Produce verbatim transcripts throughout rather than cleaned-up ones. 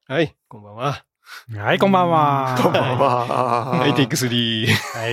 はい、こんばんは。 はい、こんばんは。 こんばんは。 はい、テイクスリー。 はい。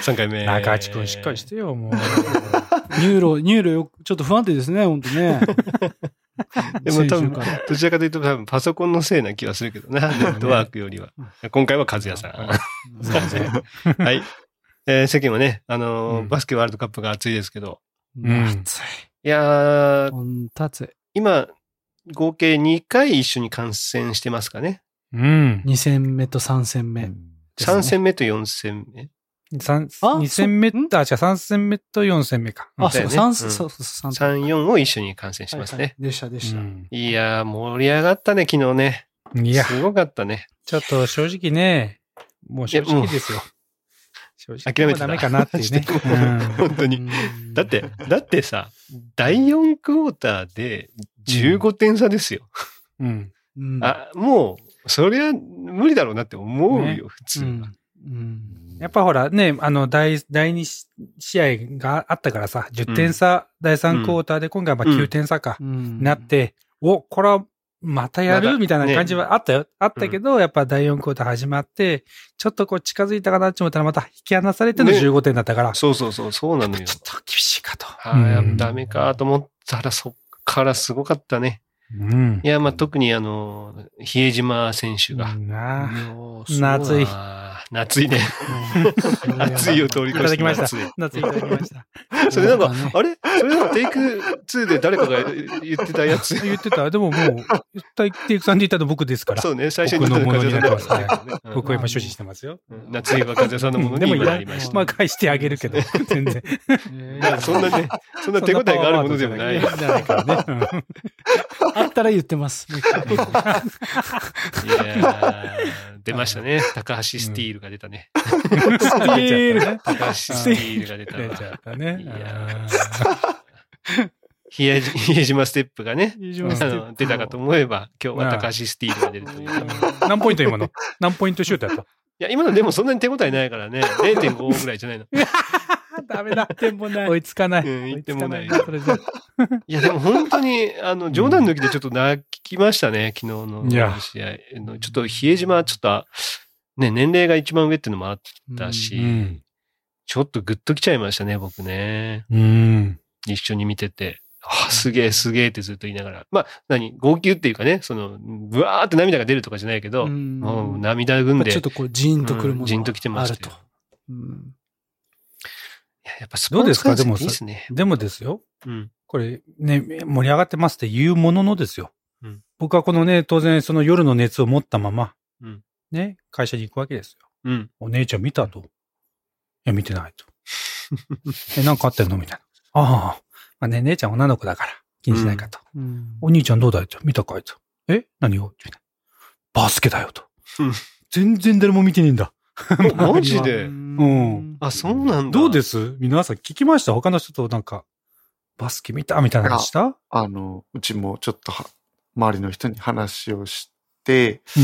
さんかいめ。 中地君しっかりしてよ、もう。 ニューロ、ニューロよ、ちょっと不安定ですね、ほんとね。 でも多分、どちらかというと多分パソコンのせいな気はするけどな、ネットワークよりは。今回は和也さん。 そうですね。 はい。えー、世間はね、あのーうんバスケワールドカップが熱いですけど。 うん暑い。 いやー、 ほんと暑い。 今、合計にかい一緒に観戦してますかね。 うん。 に戦目とさん戦目。 さん戦目とよん戦目。 三あ二戦目そんあ、じゃあさん戦目とよん戦目か。 あ、そう、 だよね三、 うんそうそう、三さん、よんを一緒に観戦しますね。 でした、でした。 うんいやー、盛り上がったね、昨日ね。 いや、 すごかったね。 ちょっと正直ね、もう正直ですよ。正直諦めてたもうダメかなっていうね。 本当に。だって、だってさ、だいよんクォーターでじゅうごてん差ですよ。 うん。 うん、うん、 あ、もう、そりゃ無理だろうなって思うよ、 ね普通は。 うん。うんやっぱほらね、あの、第、第二試合があったからさ、じゅってん差、だいさんクォーターで今回はまあきゅうてん差か、 うんなっ、て、お、これはまたやまだるみたいな感じはあったよ。あったけど、やっぱだいよんクォーター始まって、ちょっとこう近づいたかなって思ったらまた引き離されてのねじゅうごてんだったから、 そうそうそう、そうなのよ。 ちょっと厳しいかと。 ああ、 うんダメかと思ったら、そっからすごかったね。 うんい。や、まあ、特にあの、比江島選手が。 うんなあ夏夏い。 あー夏いね。暑いを通りい越してただきました夏い。。 夏いただきました。 それなんか、 そうだねあれそれなんかテイクツーで誰かが言ってたやつ。 言ってた。でももう、言ったテイクさんで言ったの僕ですから。 そうね、最初に僕のものになってますねね。僕は今所持してますよ。 うん夏井若手さんのものに今でもいらなりました。 まあ返してあげるけど、全然。 いやそんなね、そんな手応えがあるものでもない。 じゃないからね。うんあったら言ってます。 いやー出ましたね。高橋スティールが出たね。 スティール高橋スティールが出たわ出ちゃったね。 いや比江比江島ステップがね、 比江あ島ステップの出たかと思えば、今日は高橋スティールが出るという。い何ポイント今の何ポイントシュートやったや、今のでもそんなに手応えないからね、れいてんご ぐらいじゃないの。 ダメだ。でもない。追いつかない。 うん言ってもない追つかなそれじゃ。 いや、でも本当に、あの、冗談抜きでちょっと泣きましたね、昨日のいや試合の。ちょっと、比江島はちょっと、ね、年齢が一番上っていうのもあったし、 うん。 ちょっとグッときちゃいましたね、僕ね。 うん。 一緒に見てて。あ、すげえ、すげえってずっと言いながら。まあ、何号泣っていうかね、その、ブワーって涙が出るとかじゃないけど、 うんもう涙ぐんで。 ちょっとこう、ジーンとくるものがあると。 うんジーンときてましたようんいややっぱスポーツどうですか観戦でもいいですね。 でもですよ。 うん。 これね、盛り上がってますって言うもののですよ。 うん僕はこのね、当然その夜の熱を持ったまま、 うんね、会社に行くわけですよ。 うん。 お姉ちゃん見たと。いや、見てないと。え、なんかあってんのみたいな。ああ、まあね、姉ちゃん女の子だから気にしないかと。 うんお兄ちゃんどうだいと。見たかいと。え何をみたいな。バスケだよとうん。 全然誰も見てねえんだ。 おマジでうんあ、そうなんだ。 どうです皆さん聞きました他の人となんか、バスケ見たみたいな話したあの、うちもちょっとは周りの人に話をして、 うん。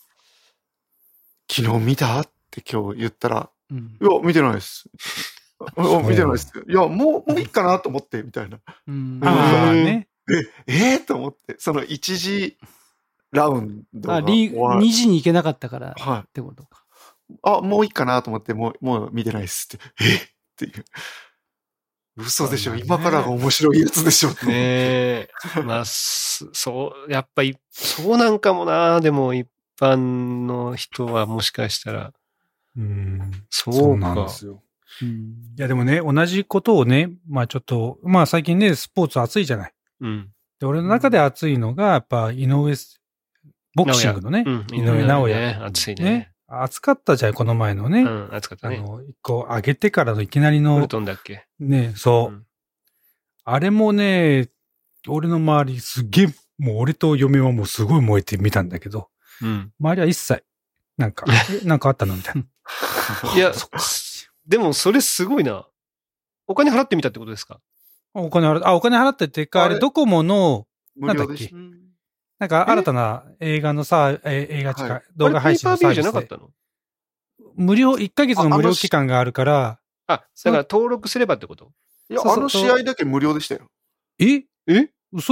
昨日見たって今日言ったら、 うんいや、見てないです。いや見てないです。いや、もう、もういいかなと思って、みたいな。 うんああね。 ええー、と思って、その一次ラウンドがあ、リーグ、 終わるにじに行けなかったからっはい。 てことか。 あ、もういいかなと思って、もう、もう見てないですって。えっていう。嘘でしょ、 そうだね今からが面白いやつでしょ。 ねえ。まあ、すそう、やっぱり、そうなんかもな。でも、一般の人はもしかしたら、 うん。 そうそうなんかで。すよ。 うんいやでもね、同じことをね、まあちょっと、まあ最近ね、スポーツ熱いじゃない。 うん。 で、俺の中で熱いのが、やっぱ井上、ボクシングのね、 うん。 井上尚弥ね。熱いねね。、熱かったじゃん、この前のね。 うん、熱かったね。 あの、こう、上げてからのいきなりウルの、 トンだっけね、そう。 うんあれもね、俺の周りすっげえ、もう俺と嫁はもうすごい燃えてみたんだけど、 うん。 周りは一切、なんか、えなんかあったのみたいな。 いやそっか、 でも、それすごいな。お金払ってみたってことですかお金払って、あ、お金払ってっていうか、あれ、 あれドコモの、 無料でしうんなんか新たな映画のさ、え映画近い、 はい動画配信のあれペーパービューじゃサービスでなかったの無料、いっかげつのああの無料期間があるから、 あ、だから登録すればってこといや、 そうそうあの試合だけ無料でしたよ。 ええ嘘やん。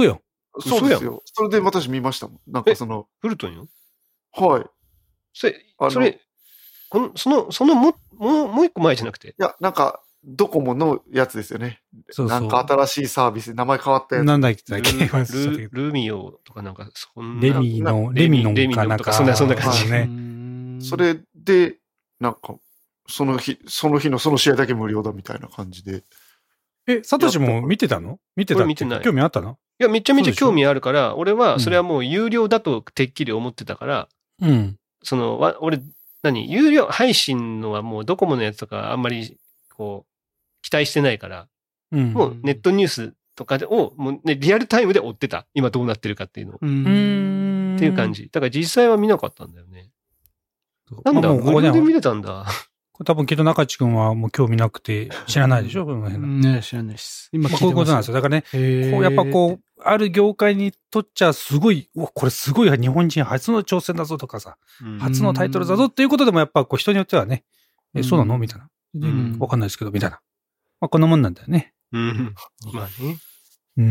そうですよ。それで私見ましたもん。なんかその、 フルトンよ。 はい。 それ、それ、この、その、そのも、もう、もう一個前じゃなくて。いや、なんか、ドコモのやつですよね。そうそう。なんか新しいサービス、名前変わったやつ。 なんだっけ、ルールミオとかなんか、そんな。 レミの、レミのかなんか。 そんな、そんな感じね。 それで、なんか、その日、その日のその試合だけ無料だみたいな感じで。 え、サトシも見てたの見てた見てない。 興味あったの？ いや、めっちゃめちゃ興味あるから、俺は、それはもう有料だとてっきり思ってたから、 うん。 その、わ俺、何有料配信のはもうドコモのやつとかあんまり、こう、期待してないから、うん、もうネットニュースとかでを、もうね、リアルタイムで追ってた。今どうなってるかっていうのを。 うーん。 っていう感じ。だから実際は見なかったんだよね。なんだ、もう無料で見れたんだ。 多分、きっと中地君はもう興味なくて知らないでしょ、この辺の。 ね、知らないです。 今聞いてます。こういうことなんですよ。だからね、こうやっぱこう、ある業界にとっちゃすごい、うわ、これすごい日本人初の挑戦だぞとかさ、初のタイトルだぞっていうことでもやっぱこう人によってはね、え、そうなのみたいな。わかんないですけど、みたいな。まあ、こんなもんなんだよね。 うん。まあね。 うん、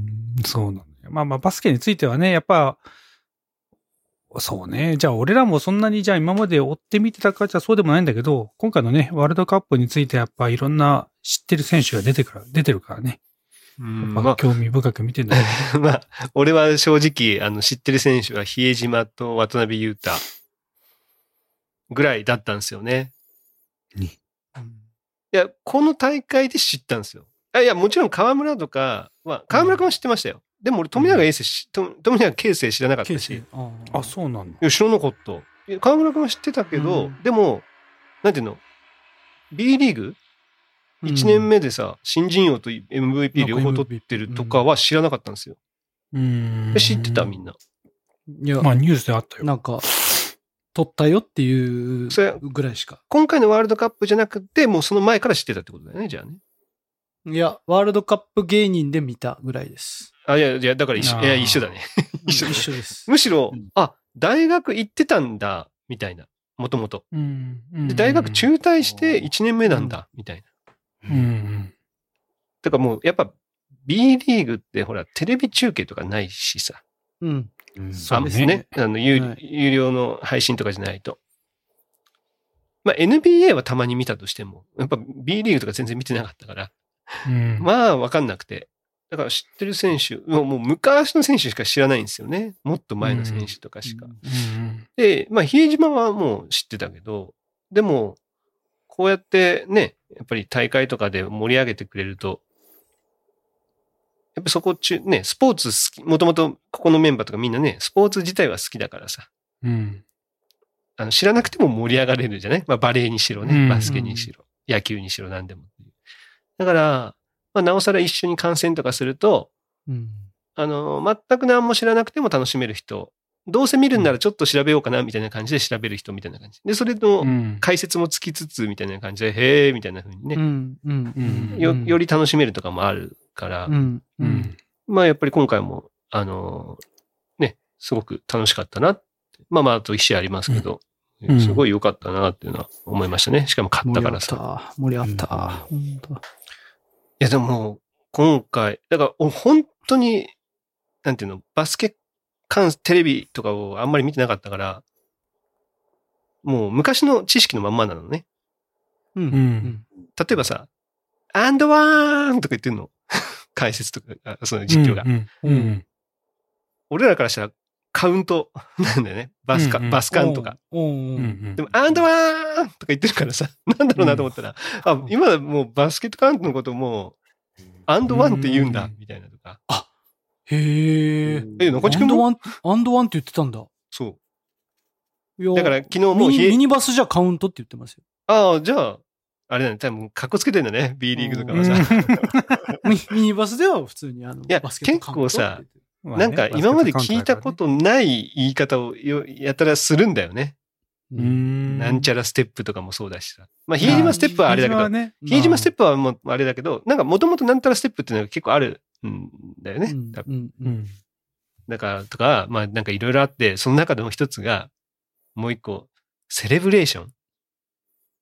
そうなんだよ。まあまあ、バスケについてはね、やっぱ、そうね。じゃあ、俺らもそんなにじゃあ今まで追ってみてたかじゃそうでもないんだけど、今回のね、ワールドカップについてやっぱいろんな知ってる選手が出てから、出てるからね。うん。やっぱ興味深く見てんだよね。 まあ、俺は正直、あの、知ってる選手は比江島と渡辺裕太ぐらいだったんですよね。 に。 いや、この大会で知ったんですよ。いや、もちろん河村とかは、河村君は知ってましたよ。うん、でも俺、富永英生、富永啓生知らなかったし。 あ, あ、そうなんだ。 いや、知らなかった。河村君は知ってたけど、うん、でも、なんていうの ?B リーグいちねんめでさ、新人王と エムブイピー 両方取ってるとかは知らなかったんですよ。 うん。 知ってたみんな。 いや、まあニュースであったよ。 なんか、取ったよっていうぐらいしか。 今回のワールドカップじゃなくて、もうその前から知ってたってことだよね、じゃあね。 いや、ワールドカップ芸人で見たぐらいです。 あ、いや、いや、だから一緒、いや、一緒だね。 一緒一緒です。 むしろ、うん、あ、大学行ってたんだ、みたいな。もともと。で、大学中退していちねんめなんだ、みたいな。 うん。 だからもう、やっぱ B リーグってほら、テレビ中継とかないしさ。 うん。 そうですね。あの有、はい、有料の配信とかじゃないと。まあ エヌビーエー はたまに見たとしても、やっぱ B リーグとか全然見てなかったから。 うん、 まあわかんなくて。だから知ってる選手、もうもう昔の選手しか知らないんですよね。もっと前の選手とかしか。 うん、 で、まあ比江島はもう知ってたけど、でも、こうやってね、やっぱり大会とかで盛り上げてくれると、やっぱそこ中、ね、スポーツ好き、もともとここのメンバーとかみんなね、スポーツ自体は好きだからさ。 うん。 あの、知らなくても盛り上がれるじゃないまあバレーにしろね、バスケにしろ、うん、野球にしろ何でも。だから、まあなおさら一緒に観戦とかすると、 うん、 あの、全く何も知らなくても楽しめる人、どうせ見るんならちょっと調べようかなみたいな感じで調べる人みたいな感じ。で、それの解説もつきつつみたいな感じで、へーみたいな風にね、 うんうんうん、 よ、より楽しめるとかもあるから、 うんうん、 まあやっぱり今回も、あの、ね、すごく楽しかったなって。まあまああと一試合ありますけど、うん、すごい良かったなっていうのは思いましたね。しかも勝ったからさ。 盛り上がった。盛り上がった。うん、本当。 いやでも、今回、だから本当に、なんていうの、バスケ関テレビとかをあんまり見てなかったから、もう昔の知識のまんまなのね。 うん。うん、 例えばさ、アンドワーンとか言ってんの。解説とか、その実況が、 うんうんうん。 俺らからしたらカウントなんだよね。バスカ、うんうん、バスカンとか。 うんうん、 でも、アンドワーンとか言ってるからさ、なんだろうなと思ったら、うん、あ、今もうバスケットカウントのことも、アンドワンって言うんだ、みたいなとか。 あ、へえ。 え、中地君もアンドワン、アンドワンって言ってたんだ。 そう。だから昨日もうミニ、ミニバスじゃカウントって言ってますよ。 ああ、じゃあ、あれだね、多分、かっこつけてんだね、B リーグとかはさ。 ミニバスでは普通にあの、 いや、 バスケットカウント結構さ、なんか今まで聞いたことない言い方をやたらするんだよね。 うん。 なんちゃらステップとかもそうだしさ。まあ、比江島ステップはあれだけど、比江島ステップはもうあれだけど、なんかもともとなんたらステップっていうのが結構あるんだよね。多分。 うん。 だから、とか、まあなんかいろいろあって、その中でも一つが、もう一個、セレブレーション。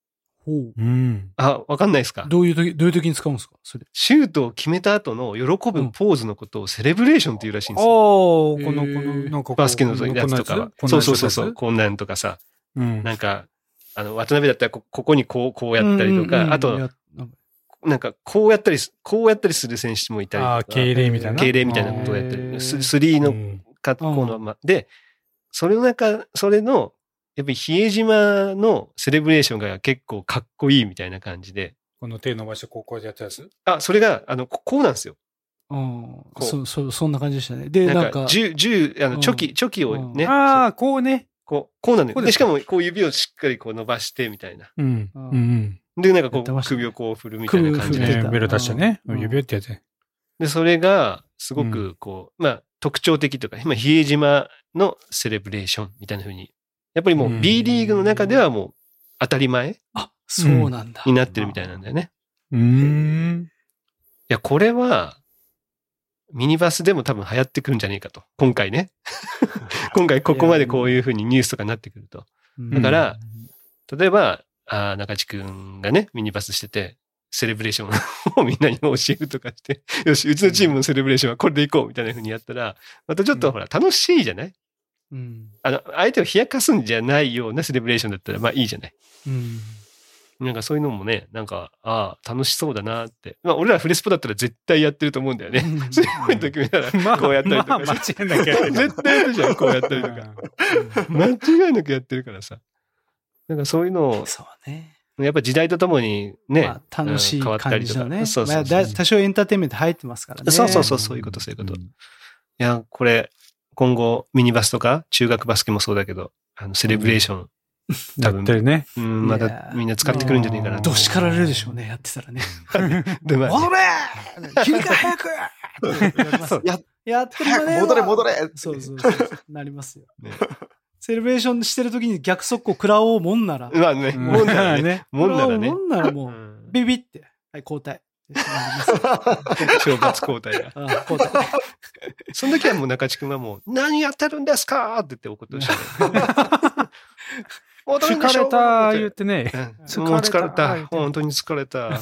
ほう。 うん。 あ、わかんないですか？ どういう時、どういう時に使うんですかそれ。 シュートを決めた後の喜ぶポーズのことをセレブレーションって言うらしいんああ、 ですよ。 この、 へーこの、なんかこうバスケのやつとかは。そうそうそうそう。。こんなんとかさ。 こんなやつうん。 なんか、あの、渡辺だったらこ、ここにこう、こうやったりとか、 うんうんうんあと、 やなんかなんか、こうやったりす、こうやったりする選手もいたりとか。 ああ、敬礼みたいな。 敬礼みたいなことをやってへーる。ススリーのうん格好のまま。で、それの中、それの、やっぱり比江島のセレブレーションが結構かっこいいみたいな感じで。 この手伸ばしてこう、こうやったやつあ、それが、あの、ここうなんですよ。 うん。 こうそ、そ、そんな感じでしたね。で、 ななんんか、、 か銃、銃、あの、 うんチョキ、チョキをね。 ああ、こうね。 こう、こうなんだよ。で、 こうですしかも、こう指をしっかりこう伸ばしてみたいな。 うん。 うんうんで、なんかこう、 やってましたね首をこう振るみたいな感じで。 首を振ってたねベル出してね。 うん指ってやつね。 で、それが、すごくこう、まあ、特徴的とか、今、比江島のセレブレーションみたいな風に。やっぱりもううん B リーグの中ではもう当たり前あ、そうなんだ。 になってるみたいなんだよね。 うーん。 いや、これは、ミニバスでも多分流行ってくるんじゃねえかと。今回ね。今回ここまでこういう風にニュースとかになってくると。 うんだから、例えば、あー中地くんがね、ミニバスしてて、セレブレーションをみんなに教えるとかして、よし、うちのチームのセレブレーションはこれでいこうみたいな風にやったら、またちょっとほら、楽しいじゃない？ うん。 あの、相手を冷やかすんじゃないようなセレブレーションだったら、まあいいじゃない。 うん。 なんかそういうのもね、なんか、ああ、楽しそうだなって。まあ俺らフレスポだったら絶対やってると思うんだよね。スリーポイント決めたら、 まあ、 こうやったりとか。 まあ、間違いなくやってる。 絶対やってるじゃん、こうやったりとか。間違いなくやってるからさ。なんかそういうのを、 そうね。 やっぱ時代とともにね、 まあ、楽しいうん変わったりとか感じのね。 そうそうそうまあだ多少エンターテインメント入ってますからね。 そうそうそう、そういうこと、そういうこと。いや、これ、今後、ミニバスとか、中学バスケもそうだけど、あの、セレブレーション、 やってるね。 うん、またいやみんな使ってくるんじゃねえかなと。 どしかられるでしょうね、やってたらね。 で、まあ戻れ切り替え早くってやりますよや、 やってる早く戻れ戻れそうそうそう。なりますよ。 ねセレブレーションしてる時に逆速攻食らおうもんなら。 まあね、 うんもんならね。 ね。 もんならね食らおうも。んならもう、 うんビビって。はい、交代。なりますよ正月交代が。 あ交代。 その時はもう中地君はもう、何やってるんですかって言って怒ってましたね。戻るんでしょ疲れた言ってね。 うん疲れたもう疲れ言た。 って本当に疲れた。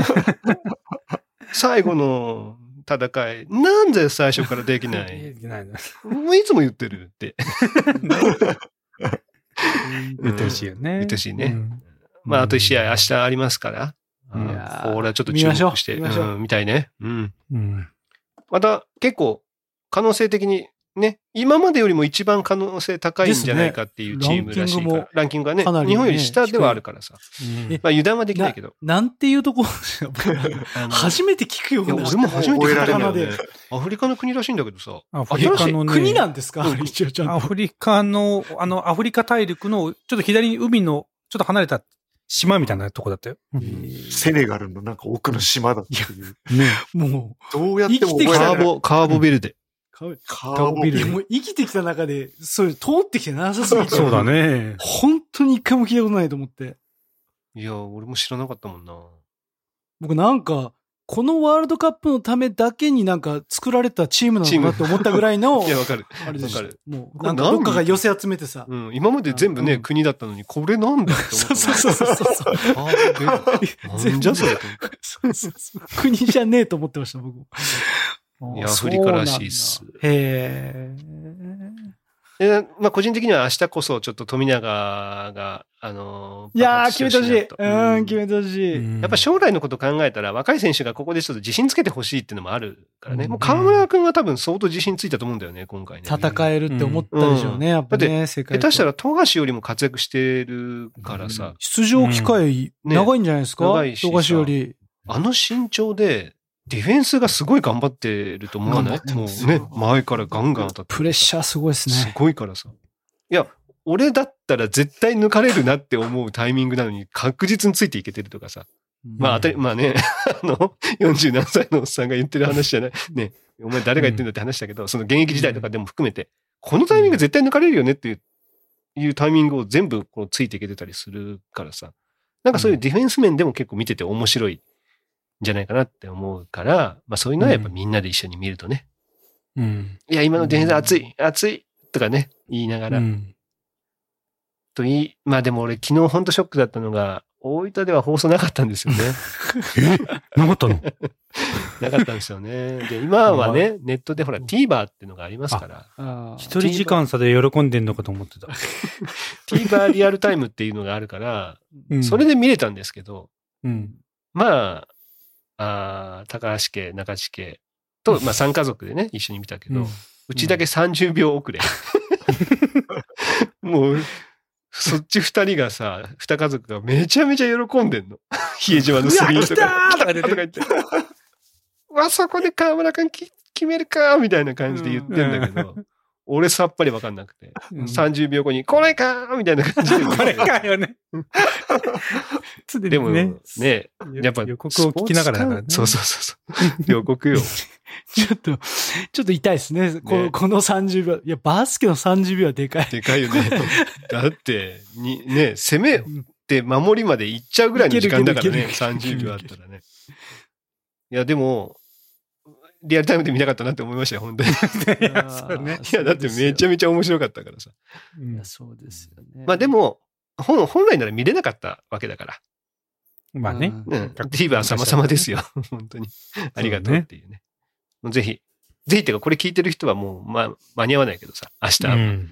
最後の戦い、なんで最初からできないいけないな。 もういつも言ってるって。 言ってほしいよね。 言ってほしいねうんまあ、あといち試合明日ありますから。 うんうんいやーこれはちょっと注見ましょう目して、 見ましょううん見たいね。うん。 うん。 また結構可能性的にね、今までよりも一番可能性高いんじゃないかっていうチームらしいから。ランキングがね、 かなりね日本より下ではあるからさ。 うんえまあ油断はできないけど。 なんていうとこ、 あの初めて聞くような。 いや俺も初めて聞いたんだよねカタカナで。 アフリカの国らしいんだけどさ。 アフリカのね。 国なんですか一応ちゃんと。 アフリカの、あの、アフリカ大陸の、ちょっと左に海の、ちょっと離れた島みたいなとこだったよ。 セネガルのなんか奥の島だっていう。 ね。 もどうやっても覚えカられない。 ーボ、カーボベルデ。 う、かわいカカーボビルいやもう生きてきた中で、それ通ってきてなさすぎて。 そうだね。 本当に一回も聞いたことないと思って。 いや、俺も知らなかったもんな。 僕なんか、このワールドカップのためだけになんか作られたチームなのかなって思ったぐらいのい、や、わかる。 あれでしたわかる。 もう、 これなんかどっかが寄せ集めてさ。 うん、今まで全部ね、 うん国だったのに、これなんだって思ったそうそうそうそうそう。 カーボベルデ。なんじゃそれと思って。 そうそうそう。国じゃねえと思ってました、僕も。 いやアフリカらしいっすそうなんだへで、まあ、個人的には明日こそちょっと富永が、あのー。いやー、決めてほしい。 爆発してほしいなとうん、決めてほしい。 やっぱ将来のこと考えたら、若い選手がここでちょっと自信つけてほしいっていうのもあるからね。 うんもう河村君は多分相当自信ついたと思うんだよね、今回ね。 戦えるって思ったでしょうね、やっぱね、世界と。 下手したら富樫よりも活躍してるからさ、 出場機会ね長いんじゃないですか長いしさ富樫より。 あの身長で、ディフェンスがすごい頑張ってると思わない頑張ってもうますよね、前からガンガン当たって。 プレッシャーすごいですすね。 ごいからさ。いや、俺だったら絶対抜かれるなって思うタイミングなのに確実についていけてるとかさ。まあ当たり、まあね、あの、よんじゅうなんさいのおっさんが言ってる話じゃない。ね、お前誰が言ってんだって話だけど、その現役時代とかでも含めて、このタイミング絶対抜かれるよねっていう、いうタイミングを全部こうついていけてたりするからさ。なんかそういうディフェンス面でも結構見てて面白いんじゃないかなって思うから、まあそういうのはやっぱみんなで一緒に見るとね。 うん。 いや、今のディフェンス熱い、熱いとかね、言いながら。 うん。 といい、まあでも俺昨日ほんとショックだったのが、 大分では放送なかったんですよね。 えなかったのなかったんですよね。で、今はね、ネットでほら、TVer っていうのがありますから。 あ一人時間差で喜んでんのかと思ってた。 TVer リアルタイムっていうのがあるから、 うん、 それで見れたんですけど、 うん、 まあ、あ高橋家、中地家と、まあさん家族でね、一緒に見たけど、うん、うちだけさんじゅうびょう遅れ。もう、そっち二人がさ、二家族がめちゃめちゃ喜んでんの。比江島のスリーとか。来たーとか言って。うわ、そこで河村くん決めるかみたいな感じで言ってんだけど、うん、俺さっぱりわかんなくて、うん、さんじゅうびょうごに、これかーみたいな感じで。 これかよね。 でもね、ね、やっぱ予告を聞きながらだからね。 そうそうそうそう。予告よ。 ちょっと、ちょっと痛いですね。この、ね、このさんじゅうびょう。いや、バスケのさんじゅうびょうはでかい。 でかいよね。だって、に、ね、攻めて守りまで行っちゃうぐらいの時間だからね、さんじゅうびょうあったらね。いや、でも、リアルタイムで見なかったなって思いましたよ、本当に。いや、そうね、いやだってめちゃめちゃ面白かったからさ。 いや、そうですよね。 まあでも、本、本来なら見れなかったわけだから。 まあね。 うん。TVer 様々ですよ。本当に。ありがとうっていうね。ぜひ。ぜひっていうか、これ聞いてる人はもう、ま、間に合わないけどさ、明日。うん、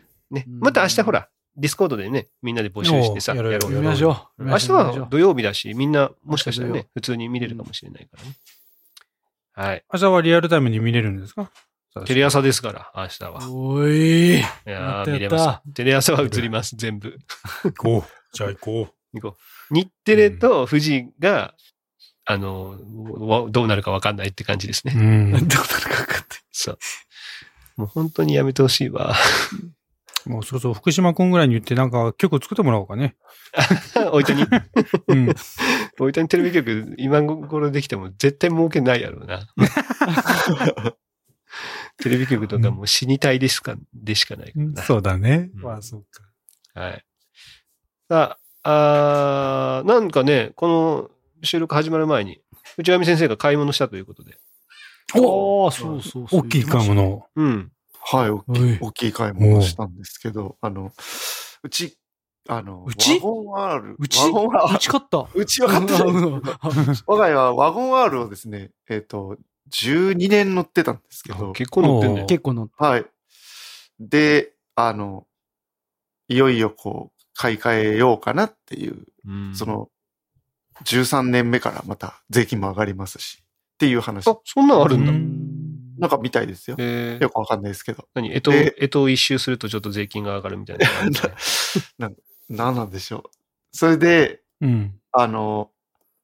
ね。また明日ほら、ディスコードでね、みんなで募集してさ、やろう。 やりましょう。 明日は土曜日だし、みんな、もしかしたらね、普通に見れるかもしれないからね。はい。 明日はリアルタイムに見れるんですか？ テレ朝ですから、明日は。 おい。いやー、見れます。テレ朝は映ります、全部。 行こう。じゃあ行こう。 行こう。日テレと富士が、あの、どうなるか分かんないって感じですね。 うん。 どうなるか分かんない。 そう。もう本当にやめてほしいわ。 もうそろそろ福島くんぐらいに言ってなんか曲作ってもらおうかね。 おいとに。 うん。 おいとにテレビ局、今頃できても絶対儲けないやろうな。テレビ局とかもう死にたいでしか、でしかないからな。 そうだね。 うん、 まあ、そうか。 はい。さあ、あなんかね、この収録始まる前に、内上先生が買い物したということで。 おー、そうそうそう。 大きい買い物。 うん。 はい、大きい、大きい買い物をしたんですけど、あの、うち、あの、 うちワゴン R。 うちワゴン R。うち買った。 うちは買った。我が家はワゴン R をですね、えっと、じゅうにねん乗ってたんですけど。 結構乗ってんね。 結構乗って。 はい。で、あの、いよいよこう、買い替えようかなっていう、うん、その、じゅうさんねんめからまた税金も上がりますし、っていう話。 あ、そんなのあるんだ。 なんかみたいですよ。よくわかんないですけど。 何えと、えと一周するとちょっと税金が上がるみたいな感じで。 な、なんなんでしょう。それで、 うん、 あの、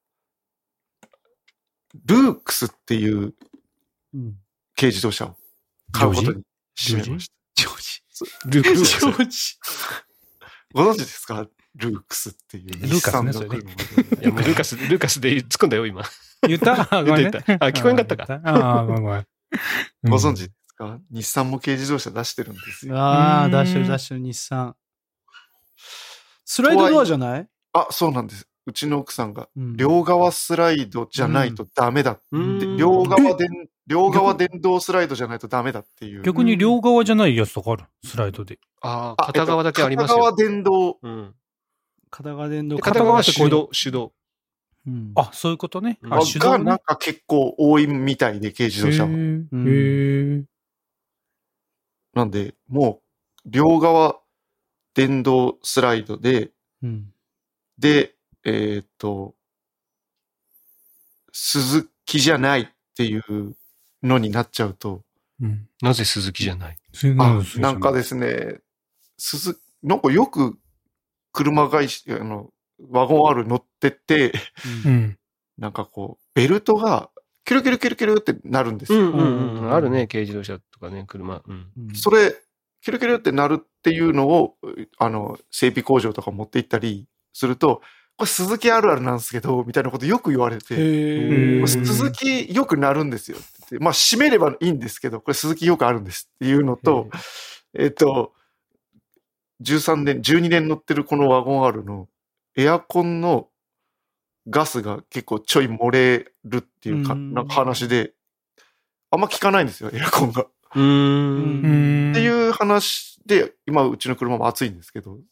ルークスっていう軽自動車を買うことにしめました。 ジョージ。 ルークス。 ジョージ。 ご存知ですかルークスっていう。 ルーカスね、それ。 いや、もうルーカス、ルーカスで突っ込んだよ、今。 言ったごめんね。あ、聞こえんかったか。 ああ、ごめんごめん。 ご存知ですか日産も軽自動車出してるんですよ。 ああ、出してる出してる日産。スライドドアじゃない？ あ、そうなんです。うちの奥さんが、両側スライドじゃないとダメだって、両側で、両側電動スライドじゃないとダメだっていう。 逆に両側じゃないやつとかあるスライドで。 ああ、片側だけありますよ。 片側電動。 うん。 片側電動。 片側は手動、手動。 うん、あ、そういうことね。 あ、手動がなんか結構多いみたいで、軽自動車は。へー。 なんで、もう、両側電動スライドで、 うん、 で、えっと、鈴木じゃないっていうのになっちゃうと。 うん、 なぜ鈴木じゃない？ あ、なんかですね、鈴、なんかよく車会社、あの、ワゴン R 乗ってて、 うん、 なんかこう、ベルトが、キュルキュルキュルキュルってなるんですよ。 うんうんうん、あるね、軽自動車とかね、車。うん、 それ、キュルキュルってなるっていうのを、あの、整備工場とか持って行ったりすると、これ鈴木あるあるなんですけど、みたいなことよく言われて、鈴木よくなるんですよって。まあ、閉めればいいんですけど、これ鈴木よくあるんですっていうのと、えっと、じゅうさんねん、じゅうにねん乗ってるこのワゴン R のエアコンのガスが結構ちょい漏れるっていうか、なんか話で、あんま効かないんですよ、エアコンが。 うーんっていう話で、今うちの車も暑いんですけど、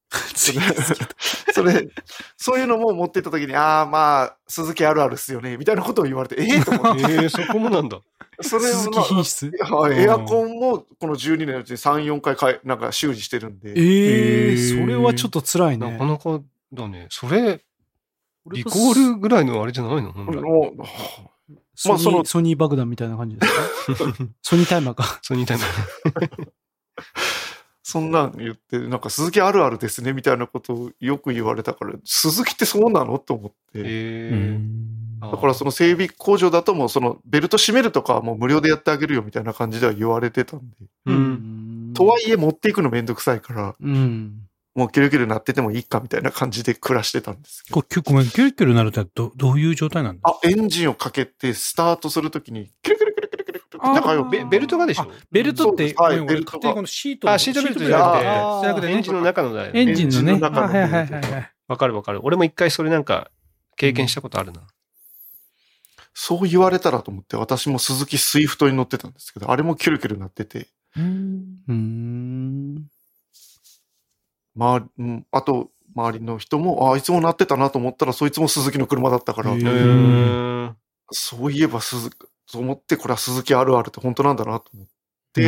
それ、それ、そういうのも持ってった時に、ああ、まあ、鈴木あるあるっすよね、みたいなことを言われて、ええー、と思って。 ええー、そこもなんだ。 それ鈴木品質、 はい、エアコンもこのじゅうにねんのうちにさん、よんかいかい、なんか修理してるんで。 ええー、それはちょっと辛いね。 なかなかだね。それ、リコールぐらいのあれじゃないの？本来ソニー、まあ、そのソニー爆弾みたいな感じですか？ソニータイマーか。 ソニータイマー。 そんなん言って、なんか鈴木あるあるですねみたいなことをよく言われたから、鈴木ってそうなのと思って。 えー、だからその整備工場だともうそのベルト締めるとかはもう無料でやってあげるよみたいな感じでは言われてたんで。 うん、 とはいえ持っていくのめんどくさいから、 うん、 もうキュルキュルなっててもいいかみたいな感じで暮らしてたんですけど。 これごめん、キュルキュルなるってど、どういう状態なんだ？ あ、エンジンをかけてスタートするときに、キュルキュルキュルキュルキュルキュルなんかベ、ベルトがでしょ？ ベルトって、 はい、ベルトが。 このシート。 あ、シートベルトじゃなくて、エンジンの中のだよね。 エンジンのね。 の中のはいはいはいはい。 わかるわかる。俺も一回それなんか経験したことあるな。 そう言われたらと思って、私も鈴木スイフトに乗ってたんですけど、あれもキュルキュルなってて。 うーん。 まあ、うん、あと、周りの人も、あ、いつもなってたなと思ったら、そいつも鈴木の車だったから、そういえば鈴木、と思って、これは鈴木あるあるって本当なんだなと思って、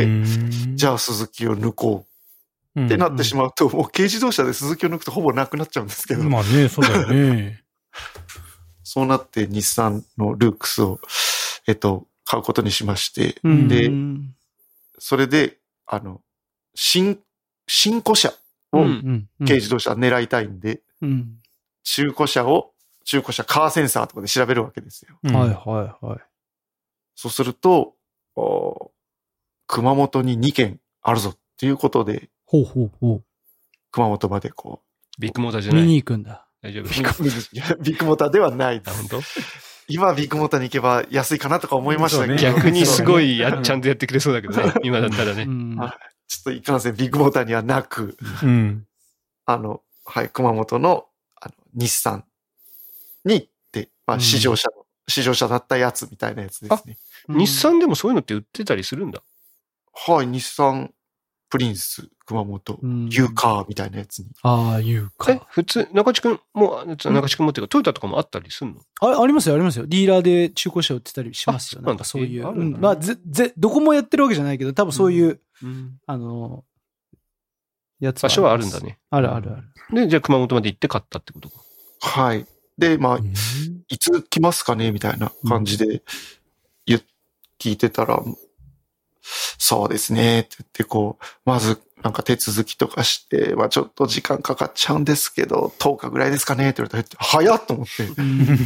じゃあ鈴木を抜こうってなってしまうと、もう軽自動車で鈴木を抜くとほぼなくなっちゃうんですけど。 まあね、そうだよね。 そうなって日産のルークスを、えっと、買うことにしまして、 うん、 で、それで、あの、新、新古車を軽自動車狙いたいんで、 うん、 中古車を、中古車カーセンサーとかで調べるわけですよ。 うん、はいはいはい。 そうすると、熊本ににけんあるぞっていうことで、 ほうほうほう。 熊本までこう。ビッグモーターじゃない。 見に行くんだ。 大丈夫。 ビッグモーターではないです。 本当？ 今ビッグモーターに行けば安いかなとか思いましたけど、ね、 逆にすごいや、ちゃんとやってくれそうだけどね。今だったらね。 うん、 ちょっといかんせんビッグモーターにはなく、 うん、 あの、はい、熊本の、あの、日産に行って、まあ、試乗車の、うん、試乗車だったやつみたいなやつですね。 日産でもそういうのって売ってたりするんだ。 はい、日産プリンス熊本、ユーカーみたいなやつに。 ああ、ユーカー。 え、普通、中地くんも、中地くんもっていうか、トヨタとかもあったりするの？ あ、ありますよ、ありますよ。ディーラーで中古車売ってたりしますよ。なんかそういう。うん、まあ、ぜ、ぜ、どこもやってるわけじゃないけど、多分そういう、うん、あの、やつ場所はあるんだね。 あるあるある。 で、じゃあ熊本まで行って買ったってことか。 はい。で、まあ、いつ来ますかねみたいな感じで、言、聞いてたら、そうですね、って言ってこう、まずなんか手続きとかして、まあちょっと時間かかっちゃうんですけど、とおかぐらいですかねって言われたら、早っと思って、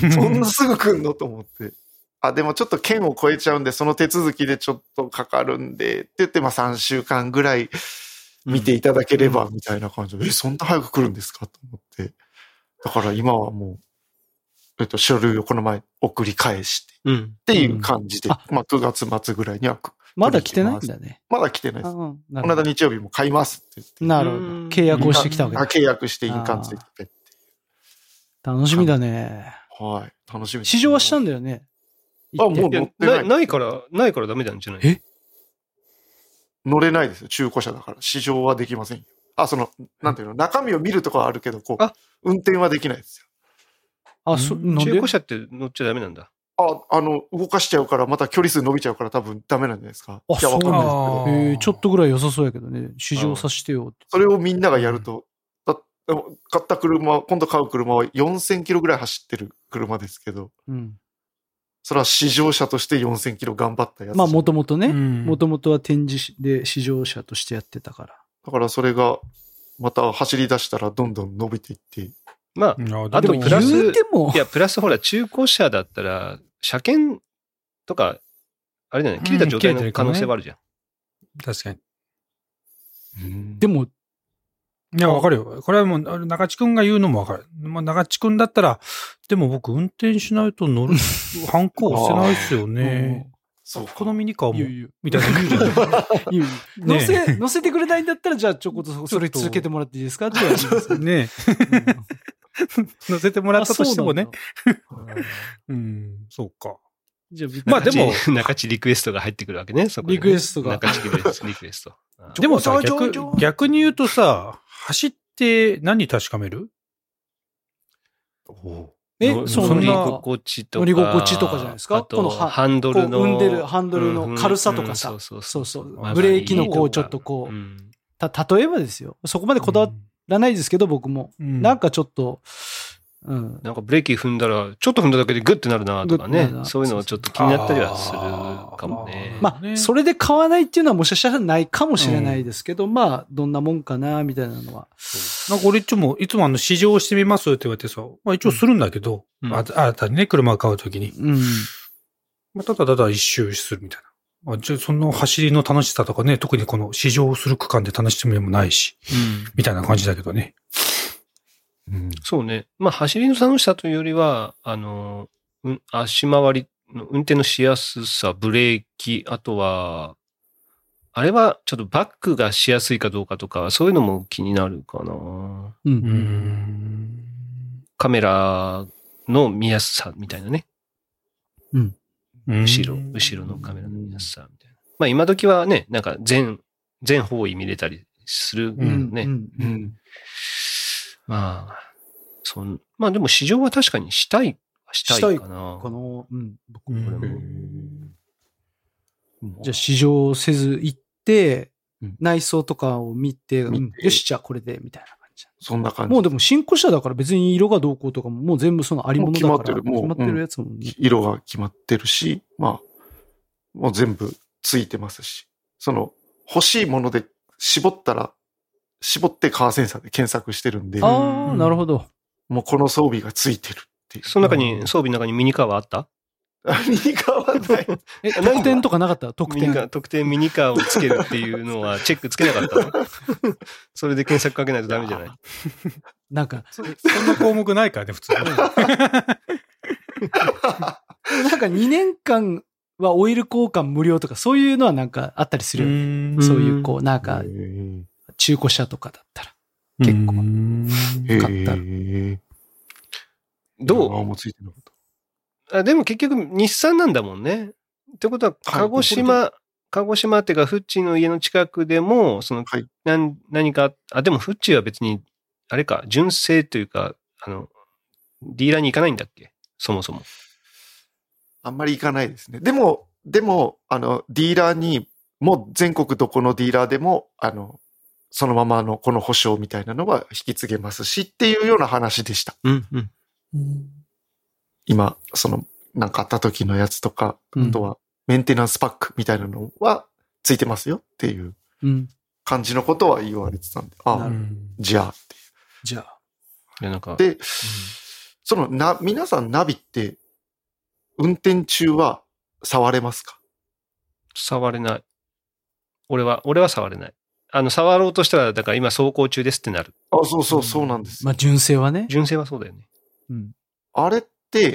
そんなすぐ来んのと思って。あ、でもちょっと県を超えちゃうんで、その手続きでちょっとかかるんで、って言って、まあさんしゅうかんぐらい見ていただければ、みたいな感じで、え、そんな早く来るんですかと思って。だから今はもう、えっと、書類をこの前送り返して、うん、っていう感じで、うん、まあくがつまつぐらいにはまだ来てないんだね。 まだ来てないです。この間日曜日も買いますって言って。 なるほど。契約をしてきたわけだ。 契約して印鑑ついてて。 楽しみだね。 はい。楽しみ。 試乗はしたんだよね。 あ、もう乗ってない。 ないから、ないからダメなんじゃない？ え？ 乗れないですよ。中古車だから。試乗はできませんよ。あ、その、なんていうの、中身を見るとかはあるけど、こう、運転はできないですよ。 あ、そ、 中古車って乗っちゃダメなんだ。 あ、あの、動かしちゃうから、また距離数伸びちゃうから多分ダメなんじゃないですか。 あ、いや、わかんないですけど。えー、ちょっとぐらい良さそうやけどね。試乗させてよって。 それをみんながやると、だ買った車、今度買う車はよんせんキロぐらい走ってる車ですけど、うん、それは試乗車としてよんせんキロ頑張ったやつ。 まあ、もともとね、もともとは展示で試乗車としてやってたから。 だからそれが、また走り出したらどんどん伸びていって、 まあ、あとプラス、いや、プラスほら、中古車だったら、車検とか、あれだね、切れた状態の可能性はあるじゃん。 うん、確かに。 でも、 いや、わかるよ。これはもう、中地くんが言うのもわかる。まあ、中地くんだったら、でも僕、運転しないと乗る、ハンコ押せないですよね。そう、このミニカーも、みたいな言うじゃない。 乗せ、乗せてくれないんだったら、じゃあ、ちょこっとそれ続けてもらっていいですかって言われますね。 乗せてもらったとしてもね。うん、そうか。 じゃあ、まあでも、中地リクエストが入ってくるわけね、そこで、ね。 リクエストが。 中地リクエスト。でもさ、逆、逆に言うとさ、走ってって何確かめる？ え、 その乗り心地とか。乗り心地とかじゃないですか？ このハンドルの。 踏んでるハンドルの軽さとかさ。うんうん、そうそうそう。ブレーキのこう、ちょっとこう、うん、た、例えばですよ。そこまでこだわらないですけど、僕も。うん、なんかちょっと、うん。 なんかブレーキ踏んだら、ちょっと踏んだだけでグッてなるなとかね。そういうのはちょっと気になったりはするかもね。 まあ、それで買わないっていうのはもしかしたらないかもしれないですけど、うん、まあ、どんなもんかな、みたいなのは。 なんか俺いつも、いつもあの、試乗してみますって言われてさ、まあ一応するんだけど、うん、あ新たにね、車を買うときに。うん。まあ、ただただ一周するみたいな。あ、じゃあその走りの楽しさとかね、特にこの試乗する区間で楽しみもないし、うん、みたいな感じだけどね。 うん、そうね。まあ、走りの楽しさというよりは、あの、うん、足回りの運転のしやすさ、ブレーキ、あとは、あれはちょっとバックがしやすいかどうかとか、そういうのも気になるかな。うん、うん、カメラの見やすさみたいなね。うん。後ろ、後ろのカメラの見やすさみたいな。まあ、今時はね、なんか全、全方位見れたりするけどね。うんうんうん、まあ、そん、まあでも試乗は確かにしたい、したいかな。したいかな。うん。僕これも。 じゃあ試乗せず行って、うん、内装とかを見て、うん、よし、じゃあこれで、みたいな感じ。 そんな感じ。 もうでも新古車だから別に色がどうこうとかも、もう全部そのありものだから。決まってる。もう決まってるやつも、ね、うん、 色が決まってるし、まあ、もう全部ついてますし、その欲しいもので絞ったら、絞ってカーセンサーで検索してるんで。 ああ、なるほど。 もうこの装備がついてるっていう。 その中に、装備の中にミニカーはあった？ ミニカーはない。 え、特典とかなかった？特典。 特典ミニカーをつけるっていうのはチェックつけなかったの？それで検索かけないとダメじゃない？ なんか、 そんな項目ないからね、普通。なんかにねんかんはオイル交換無料とかそういうのはなんかあったりするよね。そういうこう、なんか、中古車とかだったら。結構。買ったら。 どう？ あ、もうついてなかった。 あ、でも結局日産なんだもんね。ってことは、鹿児島、はい、鹿児島っていうか、フッチーの家の近くでも、その、はい、何、何か、あ、でもフッチーは別に、あれか、純正というか、あの、ディーラーに行かないんだっけ？そもそも。 あんまり行かないですね。でも、でも、あの、ディーラーに、もう全国どこのディーラーでも、あの、そのままのこの保証みたいなのは引き継げますしっていうような話でした。うんうん。今、その、なんかあった時のやつとか、うん、あとはメンテナンスパックみたいなのはついてますよっていう感じのことは言われてたんで、ああ、うん、じゃあっていう。 じゃあ。 で、なんか。 で、うん、そのな、皆さんナビって運転中は触れますか？ 触れない。俺は、俺は触れない。あの、触ろうとしたら、だから今走行中ですってなる。 あ、そうそう、そうなんです。 まあ、純正はね。 純正はそうだよね。 うん。あれって、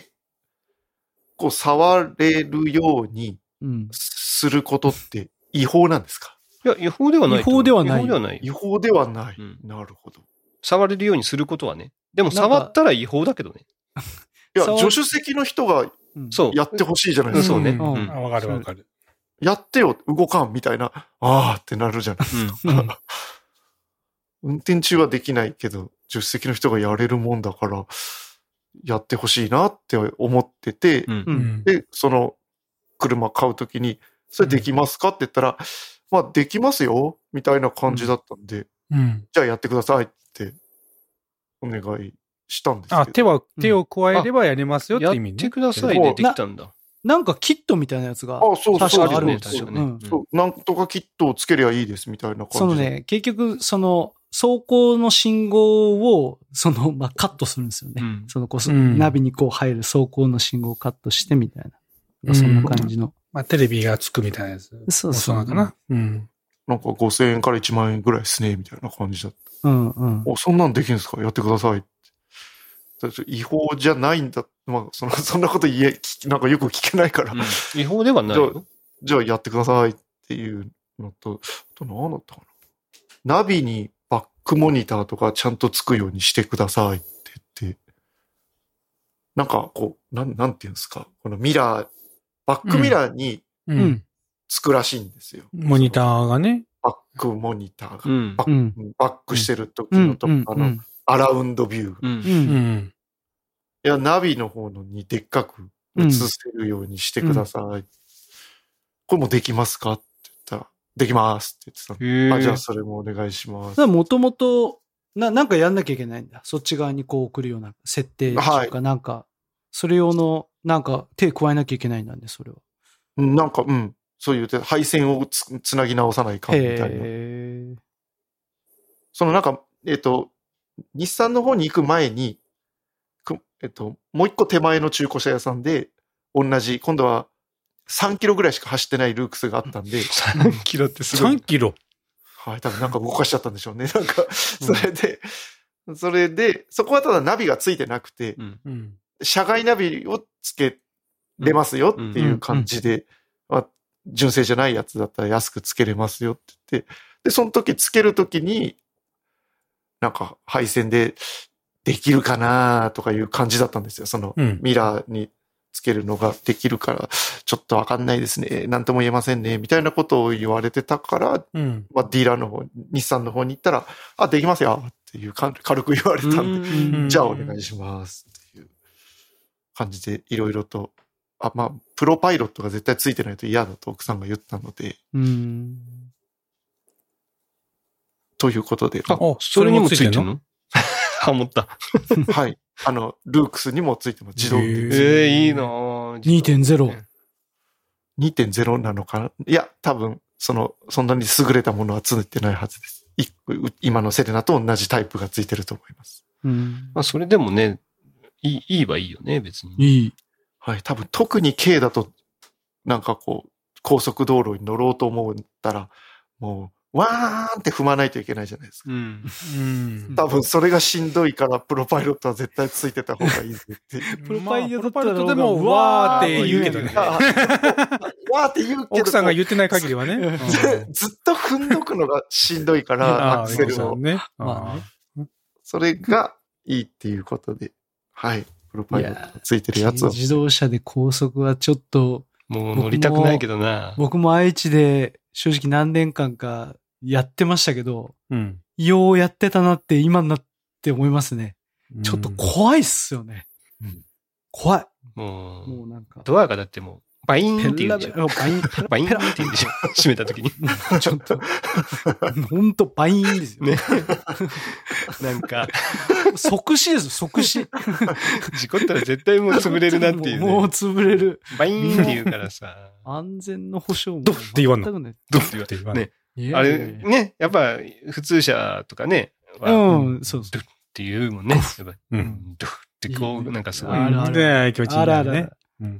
こう、触れるようにすることって違法なんですか？ いや、違法ではない。 違法ではない。 違法ではない。違法ではない。うん、なるほど。 触れるようにすることはね。でも、触ったら違法だけどね。 いや、助手席の人が、やってほしいじゃないですか。 そうね。 わかるわかる。 やってよ、動かん、みたいな、あーってなるじゃないですか。うんうん、運転中はできないけど、助手席の人がやれるもんだから、やってほしいなって思ってて、うん、で、その車買うときに、それできますかって言ったら、まあ、できますよ、みたいな感じだったんで、うん、じゃあやってくださいってお願いしたんですけど。 あ、手は、手を加えればやれますよって意味ね。 やってくださいでできたんだ。 なんかキットみたいなやつが。 あ、そうそう確かあるんですよ。 なんとかキットをつけりゃいいですみたいな感じ。 そのね、結局、その、走行の信号を、その、まあ、カットするんですよね。うん、そのこそ、うん、ナビにこう入る走行の信号をカットしてみたいな。そんな感じの。 まあ、テレビがつくみたいなやつ。 そうそう。 そうなのかな。うん。 なんかごせんえんからいちまんえんぐらいですね、みたいな感じだった。 うんうん。 お、そんなんできるんですか？やってください。違法じゃないんだ。まあ、その、そんなこと言え、なんかよく聞けないから。うん、 違法ではないよ。 じゃあ、じゃあやってくださいっていうのと、あと何だったかな。ナビにバックモニターとかちゃんとつくようにしてくださいって言って、なんかこう、なん、なんていうんですか。このミラー、バックミラーにつくらしいんですよ。 うん、モニターがね。 バックモニターが、 うんバック、 うんバックしてる時のと、 うんあの、アラウンドビュー。 う。 うん。 うんん。 いや、ナビの方のにでっかく映せるようにしてください。これもできますかって言ったら、できますって言ってた。 へーあ、じゃあそれもお願いします。 もともと、な、なんかやんなきゃいけないんだ。そっち側にこう送るような設定とか、 はいなんか、それ用の、なんか手加えなきゃいけないんだね、それは。 なんか、うん。そういうて、配線をつつなぎ直さないかみたいな。 へー。 そのなんか、えっと、日産の方に行く前に、くえっと、もう一個手前の中古車屋さんで、同じ、今度はさんキロぐらいしか走ってないルークスがあったんで、 さんキロってすごい。 さんキロ。 はい、多分なんか動かしちゃったんでしょうね。なんか、それで、それで、そこはただナビがついてなくて、 うん。 うん。 車外ナビをつけれますよっていう感じで、まあ、純正じゃないやつだったら安くつけれますよって言って、で、その時つける時に、なんか配線でできるかなとかいう感じだったんですよ。そのうんミラーにつけるのができるから、ちょっとわかんないですね。なんとも言えませんね。みたいなことを言われてたから、 うん。 まあ、ディーラーの方、日産の方に行ったら、あ、できますよっていうか軽く言われたんで、 うんじゃあお願いしますっていう感じでいろいろと、あ、まあ、プロパイロットが絶対ついてないと嫌だと奥さんが言ったので、 うん。 ということで、 あ、それにもついてるのハモった。 はい。あの、ルークスにもついても自動運転です。 ええ、いいなぁ。 にてんゼロ。 にてんゼロ なのかないや、多分、その、そんなに優れたものはついてないはずです。い今のセレナと同じタイプがついてると思います。 うん。 まあ、それでもね、いい、いいはいいよね、別に。 いい。 はい。多分、特に軽だと、なんかこう、高速道路に乗ろうと思ったら、もう、わーんって踏まないといけないじゃないですか。 うん。 うん。 多分、それがしんどいから、プロパイロットは絶対ついてた方がいいぜっていう。 プロパイロットまあプロパイロットでも、わーって言うけどね。 あわーって言うけど。 奥さんが言ってない限りはね。 ずずっと踏んどくのがしんどいから、 ああ、 アクセルを。 ね。 まあね。 それがいいっていうことで、はい。プロパイロットついてるやつを。 自動車で高速はちょっと、 もう乗りたくないけどな。 僕も愛知で正直何年間かやってましたけど、 うん。 ようやってたなって今になって思いますね。ちょっと怖いっすよね。 うん怖い。 もう、 もうなんか。 ドアがだってもう、バイーンってペラ言うんでしょ。 バイン、ペラバイーンペラって言うんでしょ。閉めた時に。 ちょっと。ほんとバインですよ。 ね。なんか、 即死です、即死。 事故ったら絶対もう潰れるなっていう、ね。 もう潰れる。 バイーンって言うからさ。 安全の保証も。 ドッって言わんの全くないどうって言われてわんのね。 いやあいやいやれ、ね、やっぱ、普通車とかね。はうん、そうそう。 ドゥって言うもんね。やっぱうん。 ドゥってこう、なんかすごい。 あるあるね気持ちいいねあらあら。。 うん。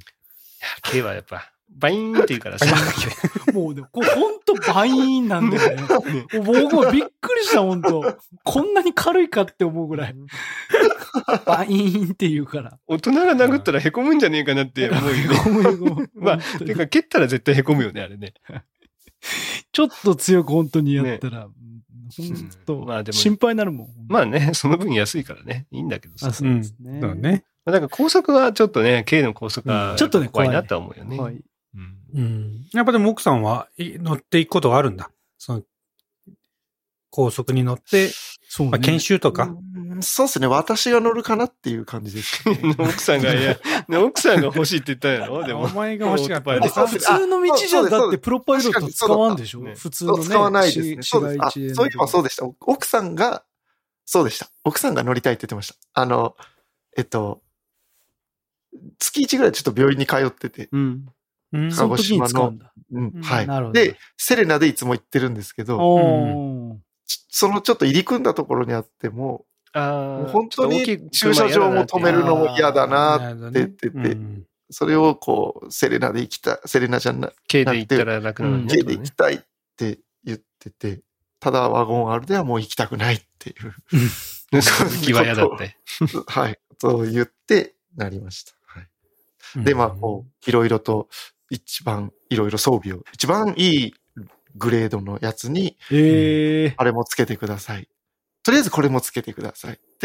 K はやっぱ、バイーンって言うからさ。 もうでも、これほんとバイーンなんだよね。僕もびっくりした、ほんと。こんなに軽いかって思うぐらい。バイーンって言うから。 大人が殴ったら凹むんじゃねえかなって思うよね。 ごめんごめんまあ、てか蹴ったら絶対凹むよね、あれね。 ちょっと強く本当にやったら、ほんうんとまあでも心配になるもん。 まあね、その分安いからね、いいんだけどさあ、。そうですね。 そうね。 まあだから高速はちょっとね、K の高速はちょっとね怖いなとは思うよね。 はい。 うんうん。やっぱでも奥さんはい乗っていくことがあるんだ。その、高速に乗って、 そうね。 まあ研修とか。 うんそうですね。私が乗るかなっていう感じですかね。 奥さんが、いや、ね奥さんが欲しいって言ったんやろでも。 お前が欲しかったオートパイロットあ普通の道じゃだってプロパイロット使わんでしょ確かに普通のね。 使わないですね。 しそうです。あ、 市街地でそういえばそうでした。奥さんが、そうでした。奥さんが乗りたいって言ってました。あの、えっと、月いちぐらいちょっと病院に通ってて、 うん。 うん。 その時に使うんだ。 うん、 うんはいなるほ。どで、セレナでいつも行ってるんですけど、 おー。 そのちょっと入り組んだところにあっても、 あもうあ。 本当にちょっと大きい駐車場も止めるのも嫌だなって言ってて、 うんそれをこう、セレナで行きたい、セレナじゃない、 K で行ったら楽なのにね。 K で行きたいって言ってて、ただワゴン R ではもう行きたくないっていう。 行きは嫌だって。 はい。そう言ってなりました。はい。で、まあ、こう、いろいろと、一番、いろいろ装備を、一番いいグレードのやつに、 ええ。 あれもつけてください。とりあえずこれもつけてくださいって言っ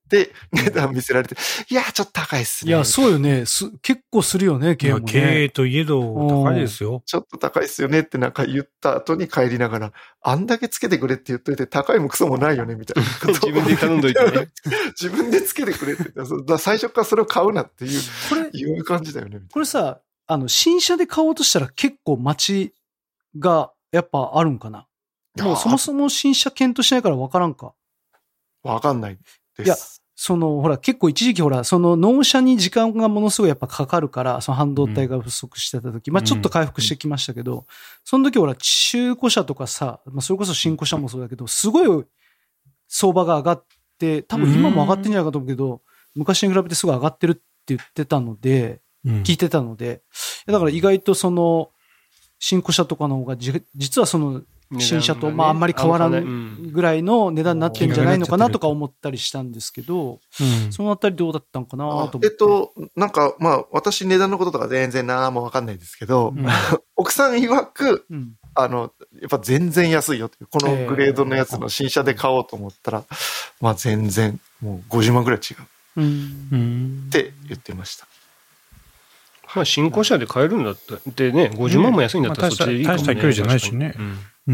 で、値段見せられて、いや、ちょっと高いっすね。 いや、そうよね。す結構するよね、K もね。 K といえど高いですよ。 ちょっと高いっすよねってなんか言った後に帰りながら、あんだけつけてくれって言っといて高いもクソもないよね、みたいな。 自分で頼んどいてね。 自分でつけてくれって言ったら、最初からそれを買うなっていう、 これ、 いう感じだよね。 これさ、あの、新車で買おうとしたら結構待ちがやっぱあるんかな。もうそもそも新車検討しないから分からんか。 わかんないです。 いや、その、ほら、結構一時期ほら、その納車に時間がものすごいやっぱかかるから、その半導体が不足してた時、うん、まあちょっと回復してきましたけど、うん、その時ほら、中古車とかさ、まあそれこそ新古車もそうだけど、すごい相場が上がって、多分今も上がってんじゃないかと思うけど、昔に比べてすごい上がってるって言ってたので、うん、聞いてたので、だから意外とその、新古車とかの方がじ、実はその、新車と、まああんまり変わらんぐらいの値段になってんじゃないのかなとか思ったりしたんですけど、うん、そのあたりどうだったんかなと思って。 えっと、なんかまあ私値段のこととか全然何もわかんないですけど、うん、奥さん曰く、うん、あの、やっぱ全然安いよっていう、このグレードのやつの新車で買おうと思ったら、えー、まあ全然もうごじゅうまんぐらい違う。うん、って言ってました。 まあ新古車で買えるんだったら、でね、ごじゅうまんも安いんだったらそっちでいいかもね。 大した距離じゃないしね。うん、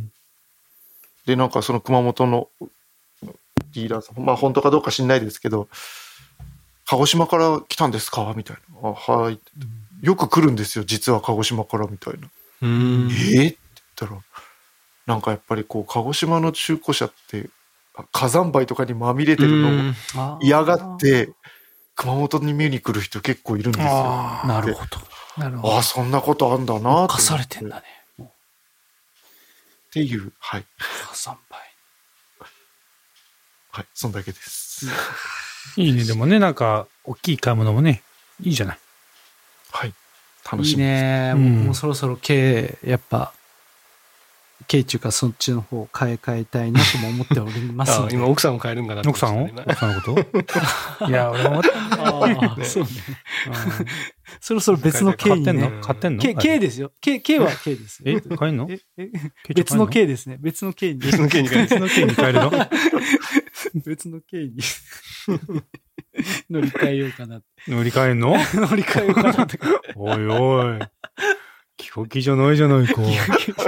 で、なんかその熊本のディーラーさん、まあ本当かどうか知んないですけど、鹿児島から来たんですかみたいな。あ、はい。よく来るんですよ、実は鹿児島からみたいな。うん、えー、って言ったら、なんかやっぱりこう、鹿児島の中古車って、火山灰とかにまみれてるのを嫌がって、熊本に見に来る人結構いるんですよ。 あ、なるほど。なるほど。 あ、そんなことあんだなって。 課されてんだね。 っていう、はい。 火山灰。 はい、そんだけです。 いいね、でもね、なんか、大きい買い物もね、いいじゃない。 はい。楽しみです。 いいね。僕もそろそろ K、やっぱ、K っていうかそっちの方を買い替えたいなとも思っておりますので。 あ、今奥さんを変えるんかな。 奥さんを奥さんのこといや、俺も。 ああ、そうね。そろそろ別の K にね。 買ってんの ?K、K ですよ。K、K は K です。 え、買えんの別の K ですね。別の K に。 別の K に変える。 別の K に変えるの別の K に乗り換えようかな。 乗り換えんの乗り換えようかなって。 おいおい。気が気じゃないじゃないか。い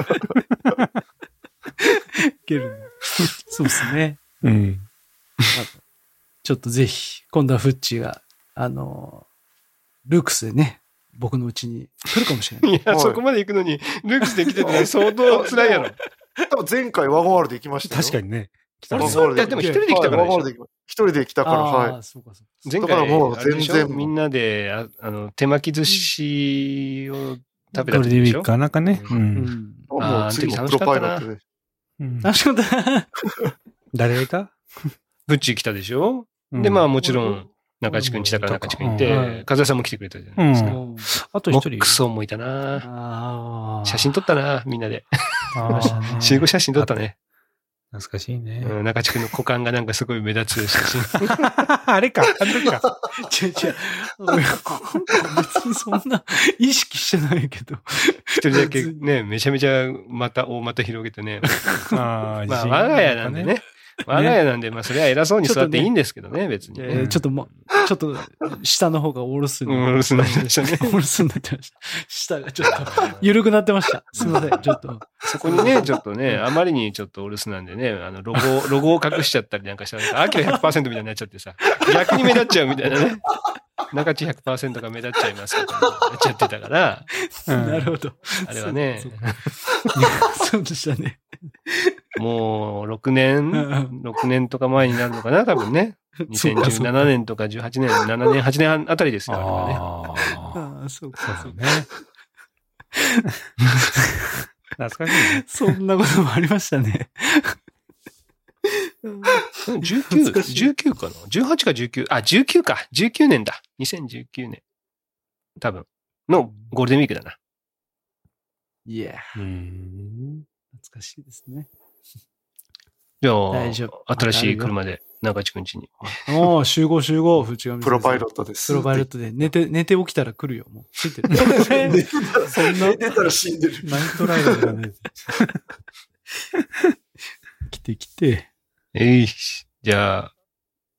けるね。そうですね。 うん。 ちょっとぜひ、今度はフッチーが、あの、ルークスでね、僕のうちに来るかもしれない。 いや、そこまで行くのに、ルークスで来てて相当辛いやろ。 多分前回ワゴン R で行きましたよ。 確かにね。 あれ、そう、いや、でも一人で来たからでしょ。 一人で来たから、はい。 そうかそうか。 前回、もう全然みんなで、ああの、手巻き寿司を食べた時でしょ。ゴールデンウィークかなんかね。 うん。もう次もプロパイロットで。 楽しかった。 誰がいたブッチ来たでしょ。で、まあもちろん、中地くん来たから中地くんいて、風さんも来てくれたじゃないですか。 あと一人。 モックソンもいたな。写真撮ったな、みんなで。集合写真撮ったね。 懐かしいね。 うん、中地くんの股間がなんかすごい目立つ写真。 あれか、あの時か。 違う違う。別にそんな意識してないけど。 一人だけね、めちゃめちゃまた大股広げてね。あまあ、我が家なんでね。我が家なんで、まあ、それは偉そうに座っていいんですけどね、別に、 ね。ちょっともう、ちょっと、下の方がおろす。 おろすになってましたね。 おろすになってました。下がちょっと、緩くなってました。すみません、ちょっと。 そこにね、ちょっとね、あまりにちょっとおろすなんでね、あの、ロゴ、ロゴを隠しちゃったりなんかしたら、アキラ ひゃくパーセント みたいになっちゃってさ、逆に目立っちゃうみたいなね。中地 ひゃくパーセント が目立っちゃいますとか、なっちゃってたから。 なるほど。 あれはね。 そうでしたね。 もう、ろくねん、ろくねんとか前になるのかな、多分ね。にせんじゅうななねんとかじゅうはちねん、ななねん、はちねんあたりですよ、あれはね。 ああ、そうか、そうね。 懐かしいね。 そんなこともありましたね。 じゅうきゅう、じゅうきゅうかな ?じゅうはち かじゅうきゅう、あ、じゅうきゅうか。じゅうきゅうねんだ。にせんじゅうきゅうねん。多分。のゴールデンウィークだな。 いや。懐かしいですね。 じゃあ、新しい車で中地くん家に。 おー、集合集合、藤上先生。 プロパイロットです。 プロパイロットで。寝て、寝て起きたら来るよ、もう。ついてる。 そんな。寝てたら死んでる。 ナイトライダーがね。来て来て。 えいし。じゃあ、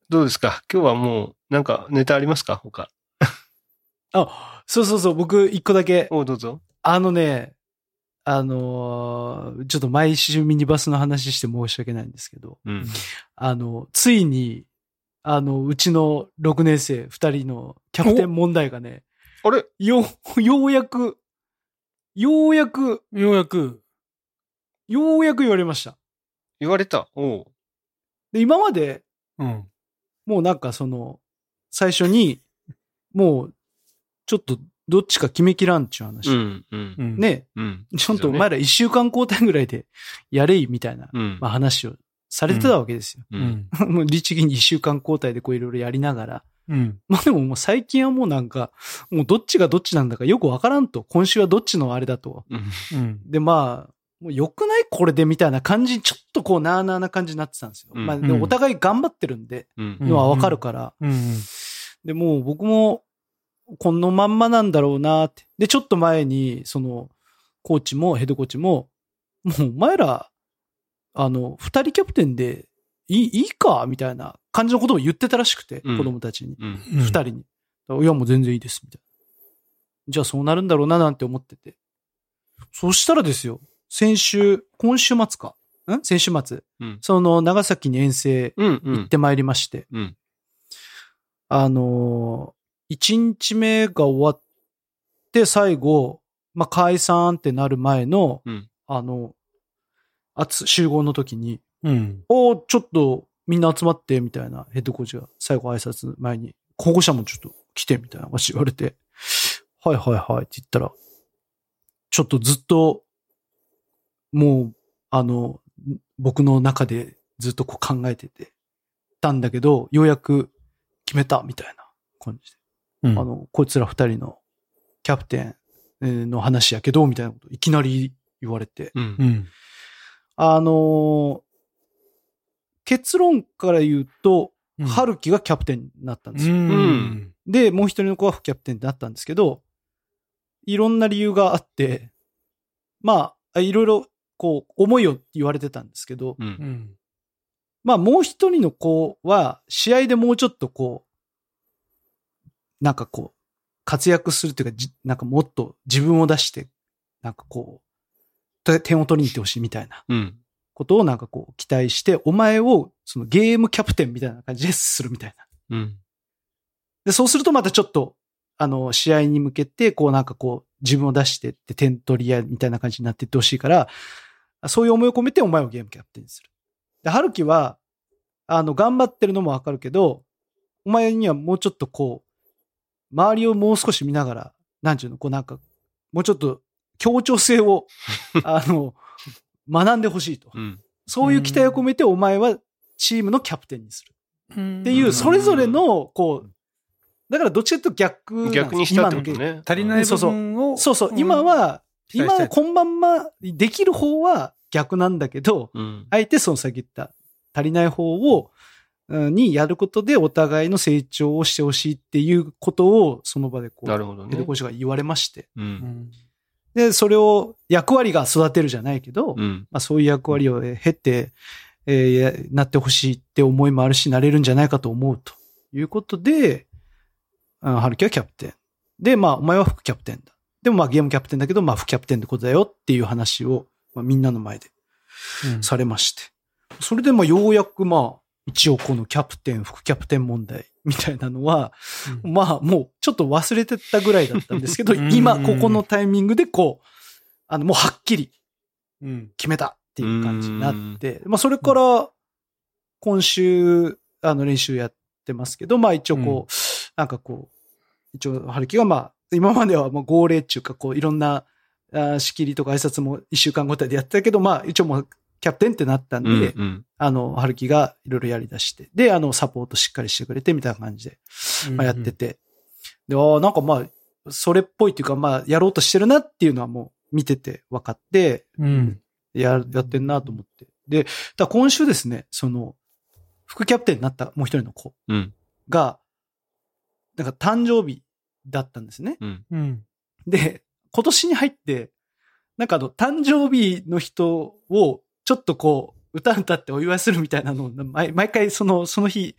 どうですか？今日はもう、なんかネタありますか？他。 あ、そうそうそう、僕一個だけ。 おどうぞ。 あのね、あのー、ちょっと毎週ミニバスの話して申し訳ないんですけど、 うん。 あの、ついに、あの、うちのろくねん生ふたりのキャプテン問題がね、 あれよ、ようやく、ようやく、 ようやく。 ようやく言われました。 言われた。おう。 で、今まで、 うん。 もうなんかその、最初に、もう、ちょっと、どっちか決めきらんっちゅう話。 うん、うん。 うん。 ね、 うん。 ちょっとお前ら一週間交代ぐらいでやれいみたいな、 うん。 まあ、話をされてたわけですよ。 う。 うんん。 もう律儀に一週間交代でこういろいろやりながら。 うん。 まあでももう最近はもうなんか、もうどっちがどっちなんだかよくわからんと。今週はどっちのあれだと。 うん。 うん。 でまあ、もう良くないこれでみたいな感じ、ちょっとこうなーなーな感じになってたんですよ。 うんまあでもお互い頑張ってるんで、 うん。 のはわかるから。 うん。 でもう僕も、このまんまなんだろうなって。で、ちょっと前に、その、コーチもヘッドコーチも、もうお前ら、あの、二人キャプテンでいい、いいかみたいな感じのことを言ってたらしくて、 うん子供たちに。 うん。 二人に。いや、もう全然いいです、みたいな。じゃあそうなるんだろうな、なんて思ってて。そしたらですよ、先週、今週末か。ん先週末。 うん。 その、長崎に遠征うん。うん。 行ってまいりまして。 うん。 あのー、一日目が終わって最後、まあ、解散ってなる前の、 うん。 あの、集、集合の時に、 うん。 おーちょっとみんな集まって、みたいなヘッドコーチが最後挨拶前に、保護者もちょっと来て、みたいな話言われて、はいはいはいって言ったら、ちょっとずっと、もう、あの、僕の中でずっとこう考えてて、たんだけど、ようやく決めた、みたいな感じで。 うん。 あの、こいつら二人のキャプテンの話やけど、みたいなこといきなり言われて。 うんう。ん。 あのー結論から言うと、 うん春樹がキャプテンになったんですうよ。 ん。 で、もう一人の子は副キャプテンになったんですけど、いろんな理由があって、まあ、いろいろ、こう、思いを言われてたんですけど、 うん。 うん。 まあ、もう一人の子は、試合でもうちょっとこう、なんかこう、活躍するっていうか、じなんかもっと自分を出して、なんかこう、て点を取りに行ってほしいみたいなうん。 ことをなんかこう、期待して、お前を、そのゲームキャプテンみたいな感じでするみたいな。 うん。 で、そうするとまたちょっと、あの、試合に向けて、こうなんかこう、自分を出してって点取り屋みたいな感じになっていってほしいから、そういう思いを込めてお前をゲームキャプテンにする。で、春樹は、あの、頑張ってるのもわかるけど、お前にはもうちょっとこう、周りをもう少し見ながら、なんちゅうの、こうなんか、もうちょっと協調性を、あの、学んでほしいと。 うん。 そういう期待を込めてお前はチームのキャプテンにする。っていう、それぞれの、こう、だからどっちかというと逆なんです。 逆にしたってこと今のね。 足りない部分を。 そうそう、今は、 期待したい今、今晩ま、できる方は逆なんだけど、 うん。 あえてその先言った足りない方を、うんにやることでお互いの成長をしてほしいっていうことをその場でこう、 なるほどねヘッドコーチが言われまして。 う。 うんん。 で、それを役割が育てるじゃないけど、 うん。 まあそういう役割を経て、えーやなってほしいって思いもあるし、なれるんじゃないかと思うということで、うん春樹はキャプテン。で、まあお前は副キャプテンだ。でもまあゲームキャプテンだけど、まあ副キャプテンってことだよっていう話を、まあ、みんなの前でされまして。それでまあようやくまあ、一応このキャプテン、副キャプテン問題みたいなのは、 うんまあもうちょっと忘れてたぐらいだったんですけど、 うん今ここのタイミングでこう、あのもうはっきりうん。 決めたっていう感じになって、まあそれから今週あの練習やってますけど、まあ一応こう、なんかこう、一応春樹がまあ今まではもう号令っていうかこういろんなあ仕切りとか挨拶も一週間ごとでやってたけど、まあ一応もうキャプテンってなったんで、 うん。うん。 あの、春樹がいろいろやり出して、で、あの、サポートしっかりしてくれてみたいな感じで、まあ、やってて、で、ああ、なんかまあ、それっぽいっていうか、まあ、やろうとしてるなっていうのはもう見てて分かって、 うん。 や、やってんなと思って。で、だから今週ですね、その、副キャプテンになったもう一人の子うん。 が、なんか誕生日だったんですね。 うん。 うん。 で、今年に入って、なんかあの、誕生日の人を、ちょっとこう、歌歌ってお祝いするみたいなのを、毎毎回その、その日、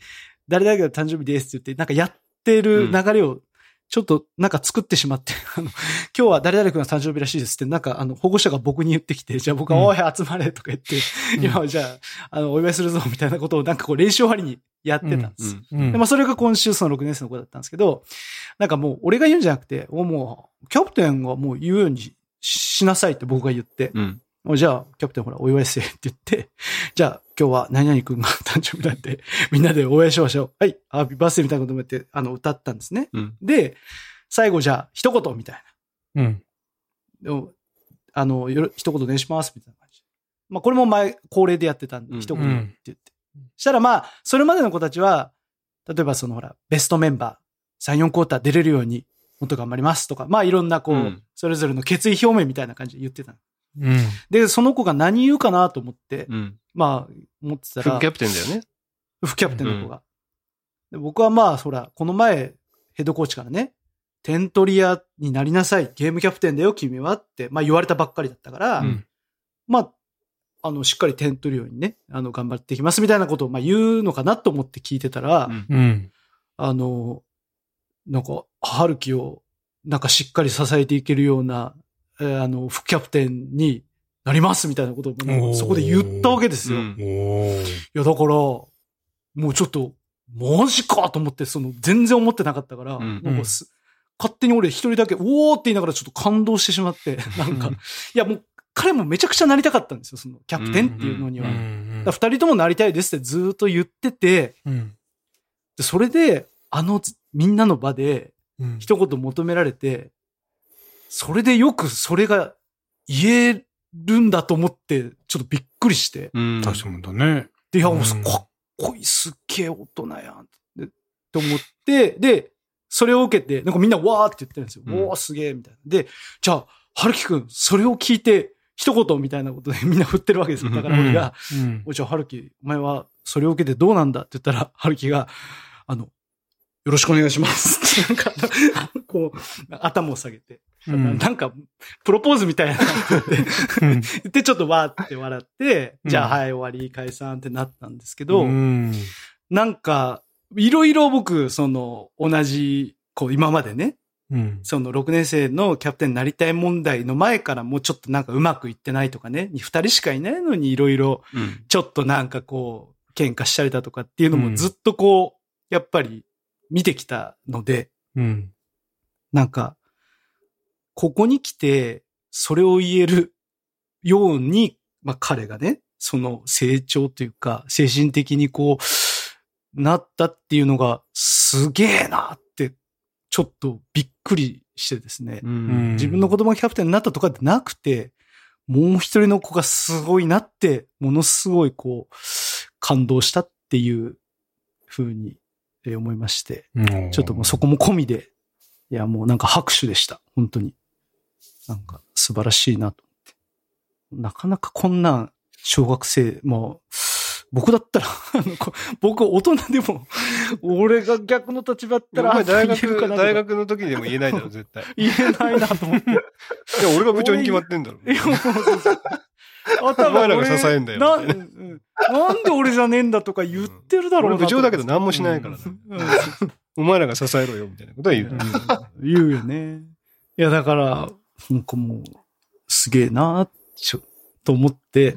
誰々が誕生日ですって言って、なんかやってる流れを、ちょっとなんか作ってしまって、あの、今日は誰々君が誕生日らしいですって、なんかあの、保護者が僕に言ってきて、じゃあ僕は、おい、集まれとか言って、うん、今はじゃあ、あの、お祝いするぞみたいなことをなんかこう練習終わりにやってたんです。うんうん、でまあそれが今週そのろくねん生の子だったんですけど、なんかもう俺が言うんじゃなくて、もう、キャプテンがもう言うようにしなさいって僕が言って、うんじゃあ、キャプテンほら、お祝いせって言って、じゃあ、今日は何々くんが誕生日なんで、みんなでお祝いしましょう。はい、ハッピーバースデーみたいなことも言って、あの、歌ったんですね。うん、で、最後じゃあ、一言みたいな。うん。でもあの、よろ一言お願いします、みたいな感じ。まあ、これも前、恒例でやってたんで、うん、一言って言って。うん、したらまあ、それまでの子たちは、例えばそのほら、ベストメンバー、さん、よんクォーター出れるように、もっと頑張りますとか、まあ、いろんなこう、うん、それぞれの決意表明みたいな感じで言ってた。うん、で、その子が何言うかなと思って、うん、まあ、思ってたら。 副キャプテンだよね。 副キャプテンの子が。うん、で僕はまあ、そら、この前、ヘッドコーチからね、テントリアになりなさい、ゲームキャプテンだよ、君はって、まあ言われたばっかりだったから、うん、まあ、あの、しっかりテントリアにね、あの、頑張っていきますみたいなことを、まあ言うのかなと思って聞いてたら、うん、あの、なんか、春樹を、なんかしっかり支えていけるような、えー、あの、副キャプテンになりますみたいなことをそこで言ったわけですよ。いや、だから、もうちょっと、マジかと思って、その、全然思ってなかったから、うん、なんかす勝手に俺一人だけ、おーって言いながらちょっと感動してしまって、なんか、いやもう、彼もめちゃくちゃなりたかったんですよ、その、キャプテンっていうのには。二人ともなりたいですってずっと言ってて、うん、でそれで、あの、みんなの場で、一言求められて、それでよくそれが言えるんだと思って、ちょっとびっくりして。 うん、確かにだね。 で、いや、もうかっこいい、すっげえ大人やん。で、と思って、で、それを受けて、なんかみんなわーって言ってるんですよ。うん、おー、すげえ、みたいな。で、じゃあ、はるきくん、それを聞いて、一言みたいなことでみんな振ってるわけですよ。だから俺が、うん、おじゃあ、はるき、お前はそれを受けてどうなんだって言ったら、はるきが、あの、よろしくお願いします。なんか、こう、頭を下げて。うん、なんか、プロポーズみたいなって言って、ちょっとわーって笑って、うん、じゃあ、はい、終わり、解散ってなったんですけど、うん、なんか、いろいろ僕、その、同じ、こう、今までね、うん、そのろくねん生のキャプテンになりたい問題の前からもうちょっとなんかうまくいってないとかね、二人しかいないのにいろいろ、ちょっとなんかこう、喧嘩したりだとかっていうのもずっとこう、やっぱり見てきたので、うん、なんか、ここに来て、それを言えるように、まあ彼がね、その成長というか、精神的にこう、なったっていうのが、すげえなって、ちょっとびっくりしてですね。うん、自分の子供がキャプテンになったとかでなくて、もう一人の子がすごいなって、ものすごいこう、感動したっていう風に思いまして、ちょっともうそこも込みで、いやもうなんか拍手でした。本当に。なんか素晴らしいなと思って。なかなかこんな小学生、もう、僕だったら、僕大人でも、俺が逆の立場だったら、 大学、大学の時でも言えないだろ、絶対。 言えないなと思って。いや、 俺が部長に決まってんだろ。いや、もうそうそう。お前らが支えんだよ。 な、なんで俺じゃねえんだとか言ってるだろうな。 俺部長だけど何もしないからな。お前らが支えろよ、みたいなことは言う。 言うよね。いや、だから、なんかもう、すげえなちょ、と思って、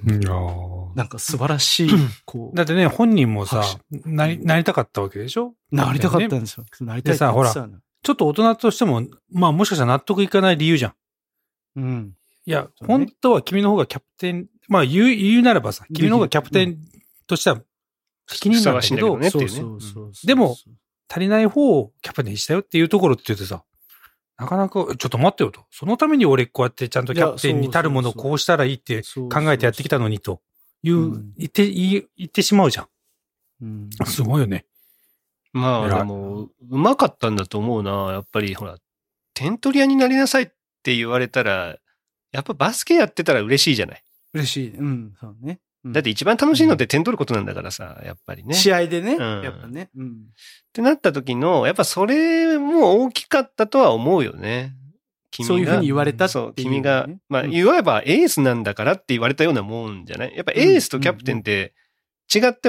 なんか素晴らしい、こう。だってね、本人もさ、なり、なりたかったわけでしょ？ なりたかったんですよ。なりたいってさ、ほら、ちょっと大人としても、まあもしかしたら納得いかない理由じゃん。うん。いや、本当は君の方がキャプテン、まあ言う、言うならばさ、君の方がキャプテンとしては責任なんだけど、でも、足りない方をキャプテンにしたよっていうところって言ってさ、なかなか、ちょっと待ってよと。そのために俺こうやってちゃんとキャプテンに足るものをこうしたらいいって考えてやってきたのにという、言って、言ってしまうじゃん。うん、すごいよね。 まあでも、うまかったんだと思うな。やっぱりほら、点取り屋になりなさいって言われたら、やっぱバスケやってたら嬉しいじゃない。 嬉しい。うん、そうね。 だって一番楽しいのって点取ることなんだからさ、やっぱりね。 試合でね。うん、やっぱね。うん。 ってなった時の、やっぱそれも大きかったとは思うよね。 君がそういうふうに言われたっていう、ね。 そう、君が、まあ、言わばエースなんだからって言われたようなもんじゃない？やっぱエースとキャプテンって違っても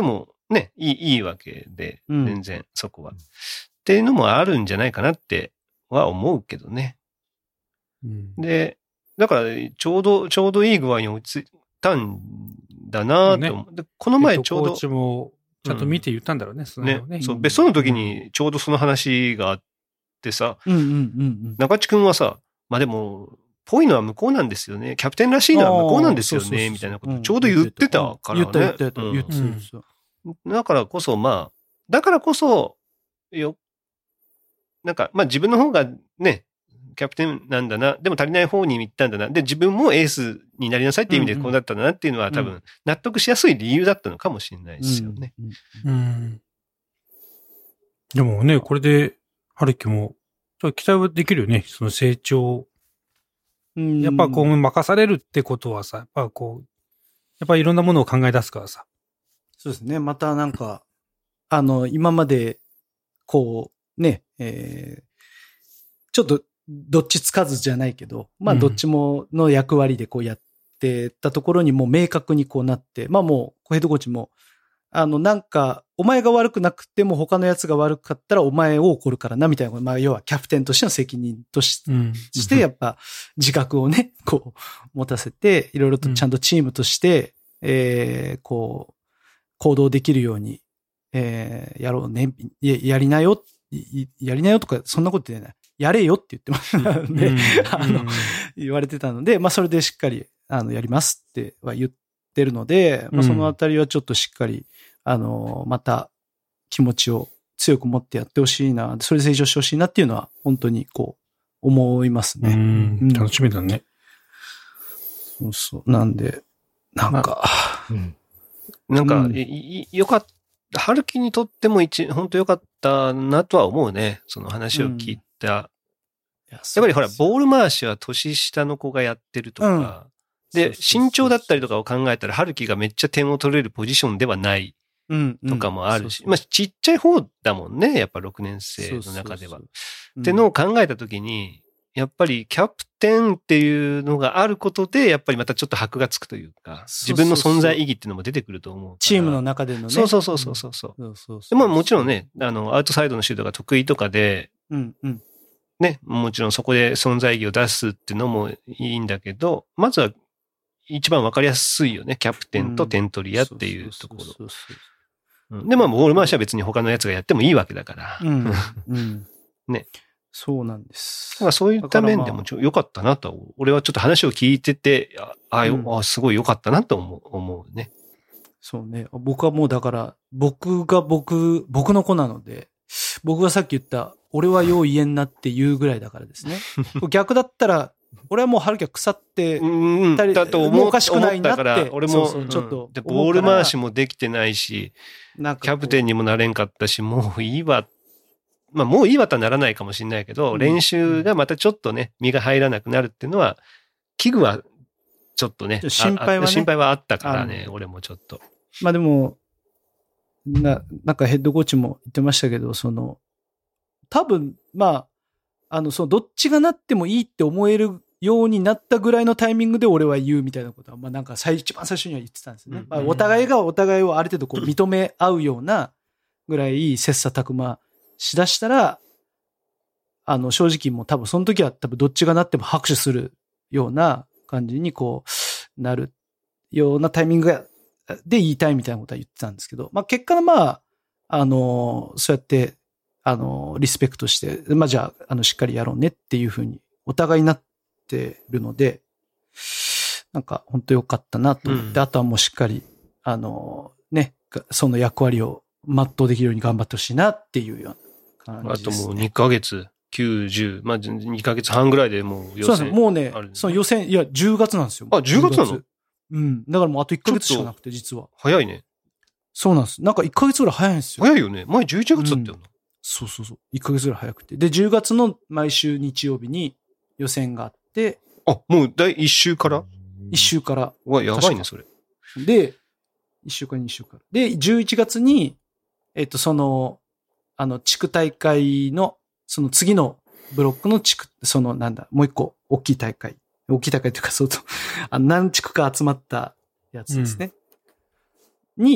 ね、いい、いいわけで、 うん全然、そこは。っていうのもあるんじゃないかなっては思うけどね。 うんで、だから、ちょうど、ちょうどいい具合に落ち着いたんだなと思う。でこの前ちょうどヘッドコーチ、もちゃんと見て言ったんだろうね、そのね辺をね。 そう、別荘の時にちょうどその話があってさ、 うんうんうんうん。 中地くんはさ、まあでも、ぽいのは向こうなんですよね。キャプテンらしいのは向こうなんですよね、 あーそうそうそうみたいなことちょうど言ってたからね。 言った言った言ったうん言ってた言ってた。 だからこそ、まあ、だからこそ、よ、なんか、まあ自分の方がね、キャプテンなんだな、でも足りない方に行ったんだな、で、自分もエースになりなさいっていう意味でこうだったんだなっていうのは、 うん多分、納得しやすい理由だったのかもしれないですよね。 うんうん。でもね、これで、春樹も、ちょっと期待はできるよね、その成長。 うんやっぱこう任されるってことはさ、やっぱこう、やっぱいろんなものを考え出すからさ。 そうですね。またなんか、あの、今まで、こう、ね、えー、ちょっと、どっちつかずじゃないけど、まあ、 うんどっちもの役割でこうやってたところにもう明確にこうなって、まあもう、ヘッドコーチも、あの、なんか、お前が悪くなくても他のやつが悪かったらお前を怒るからな、みたいなこと、まあ、要はキャプテンとしての責任としうん。 して、やっぱ自覚をね、こう、持たせて、いろいろとちゃんとチームとして、えー、こう、行動できるように、えー、やろうね、ややりなよ、いやりなよとか、そんなこと言ってない。やれよって言ってましたね。 うんあの、言われてたので、まあ、それでしっかり、あの、やりますっては言ってるので、まあ、そのあたりはちょっとしっかり、あの、また気持ちを強く持ってやってほしいな、それで成長してほしいなっていうのは、本当にこう、思いますうね。 ん。楽しみだね。 そうそう。なんで、なんか、 うんなんか、 うんいいよかった。春樹にとっても一、本当よかったなとは思うね。その話を聞いた。 ややっぱりほら、ボール回しは年下の子がやってるとか、で、身長だったりとかを考えたら、春樹がめっちゃ点を取れるポジションではないとかもあるし、まあちっちゃい方だもんね、やっぱろくねん生の中では。ってのを考えたときに、やっぱりキャプテンっていうのがあることで、やっぱりまたちょっと箔がつくというか、自分の存在意義っていうのも出てくると思うから。 チームの中でのね。 そうそうそうそうそう。そうそうそうでまあもちろんね、あの、アウトサイドのシュートが得意とかで、 うんうん。 ね、もちろんそこで存在意義を出すっていうのもいいんだけど、まずは一番わかりやすいよね。キャプテンと点取り屋っていうところ。 そうそうそうで、まあ、ボール回しは別に他のやつがやってもいいわけだから。 うん。うん。 ね。 そうなんです。 だからそういった面でもちょ良かったなと、俺はちょっと話を聞いてて、ああ、 うんあすごい良かったなと思う、思うね。 そうね。僕はもうだから、僕が僕、僕の子なので、僕がさっき言った、俺はよう言えんなって言うぐらいだからですね。逆だったら、俺はもう春樹は腐ってうん、 たり、 だと思うもうおかしくないなって。 思ったから、俺も、 そうそうちょっとうんで、ボール回しもできてないし、 なんかこうキャプテンにもなれんかったし、もういいわ。まあ、もういいわとはならないかもしれないけど、 うん練習がまたちょっとね、身が入らなくなるっていうのは、器具はちょっとね、あ心配はねあ心配はあったからね、 あ俺もちょっと。 まあでも、な、なんかヘッドコーチも言ってましたけど、その、多分、まあ、あの、その、どっちがなってもいいって思えるようになったぐらいのタイミングで俺は言うみたいなことは、まあなんか最、一番最初には言ってたんですよね。 うんまあ、お互いがお互いをある程度こう認め合うようなぐらい切磋琢磨しだしたら、あの、正直もう多分その時は多分どっちがなっても拍手するような感じにこう、なるようなタイミングがで言いたいみたいなことは言ってたんですけど、まあ結果はまあ、あの、そうやって、あの、リスペクトして、まあじゃあ、あの、しっかりやろうねっていうふうにお互いになってるので、なんか本当良かったなと思って、 うんあとはもうしっかり、あの、ね、その役割を全うできるように頑張ってほしいなっていうような感あとじです、ね。 もうにかげつ、きゅうじゅう、まあにかげつはんぐらいでもう予選。 そうなんですよ。もうねあるん、ですねその予選、いや、じゅうがつなんですよ。 あじゅうがつなのうん。だからもうあといっかげつしかなくて、実は。 早いね。 そうなんです。なんかいっかげつぐらい早いんですよ。 早いよね。前じゅういちがつだったよな。 そうそうそう。いっかげつぐらい早くて。で、じゅうがつの毎週日曜日に予選があって、 あ、もう第いっ週からいっ週から。 うわ、やばいね、 確かそれ。 で、いっ週かに週から。で、じゅういちがつに、えっと、その、あの、地区大会の、その次のブロックの地区、その、なんだ、もう一個、大きい大会。大きい大会というか、そうと、あの何地区か集まったやつですね。に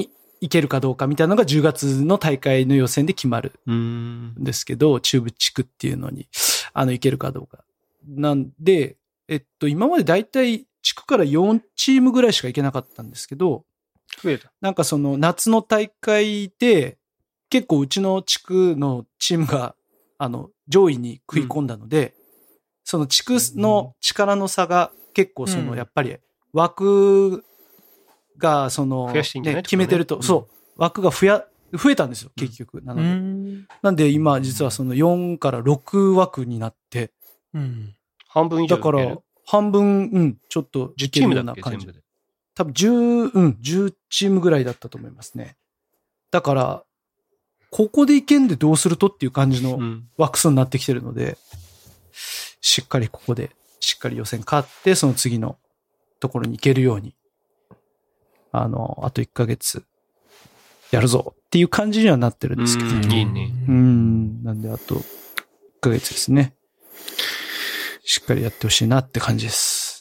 いけるかどうかみたいなのがじゅうがつの大会の予選で決まるんですけど、中部地区っていうのに、あの、いけるかどうか。なんで、えっと、今までだいたい地区からよんチームぐらいしかいけなかったんですけど、 増えた。 なんかその夏の大会で、結構うちの地区のチームが、あの、上位に食い込んだので、うん、その地区の力の差が結構その、やっぱり枠が、その、ね、決めてると、うん、そう、枠が増や、増えたんですよ、結局。なので。うん、なんで今、実はそのよんからろく枠になって、 うん、半分以上だから、半分、うん、ちょっといけるような感じ。多分じゅう、うん、じゅうチームぐらいだったと思いますね。だから、ここでいけんでどうするとっていう感じの枠数になってきてるので、うん、しっかりここで、しっかり予選勝って、その次のところに行けるように、あの、あといっかげつやるぞっていう感じにはなってるんですけど、 うん、いいね。 うん、なんであといっかげつですね。しっかりやってほしいなって感じです。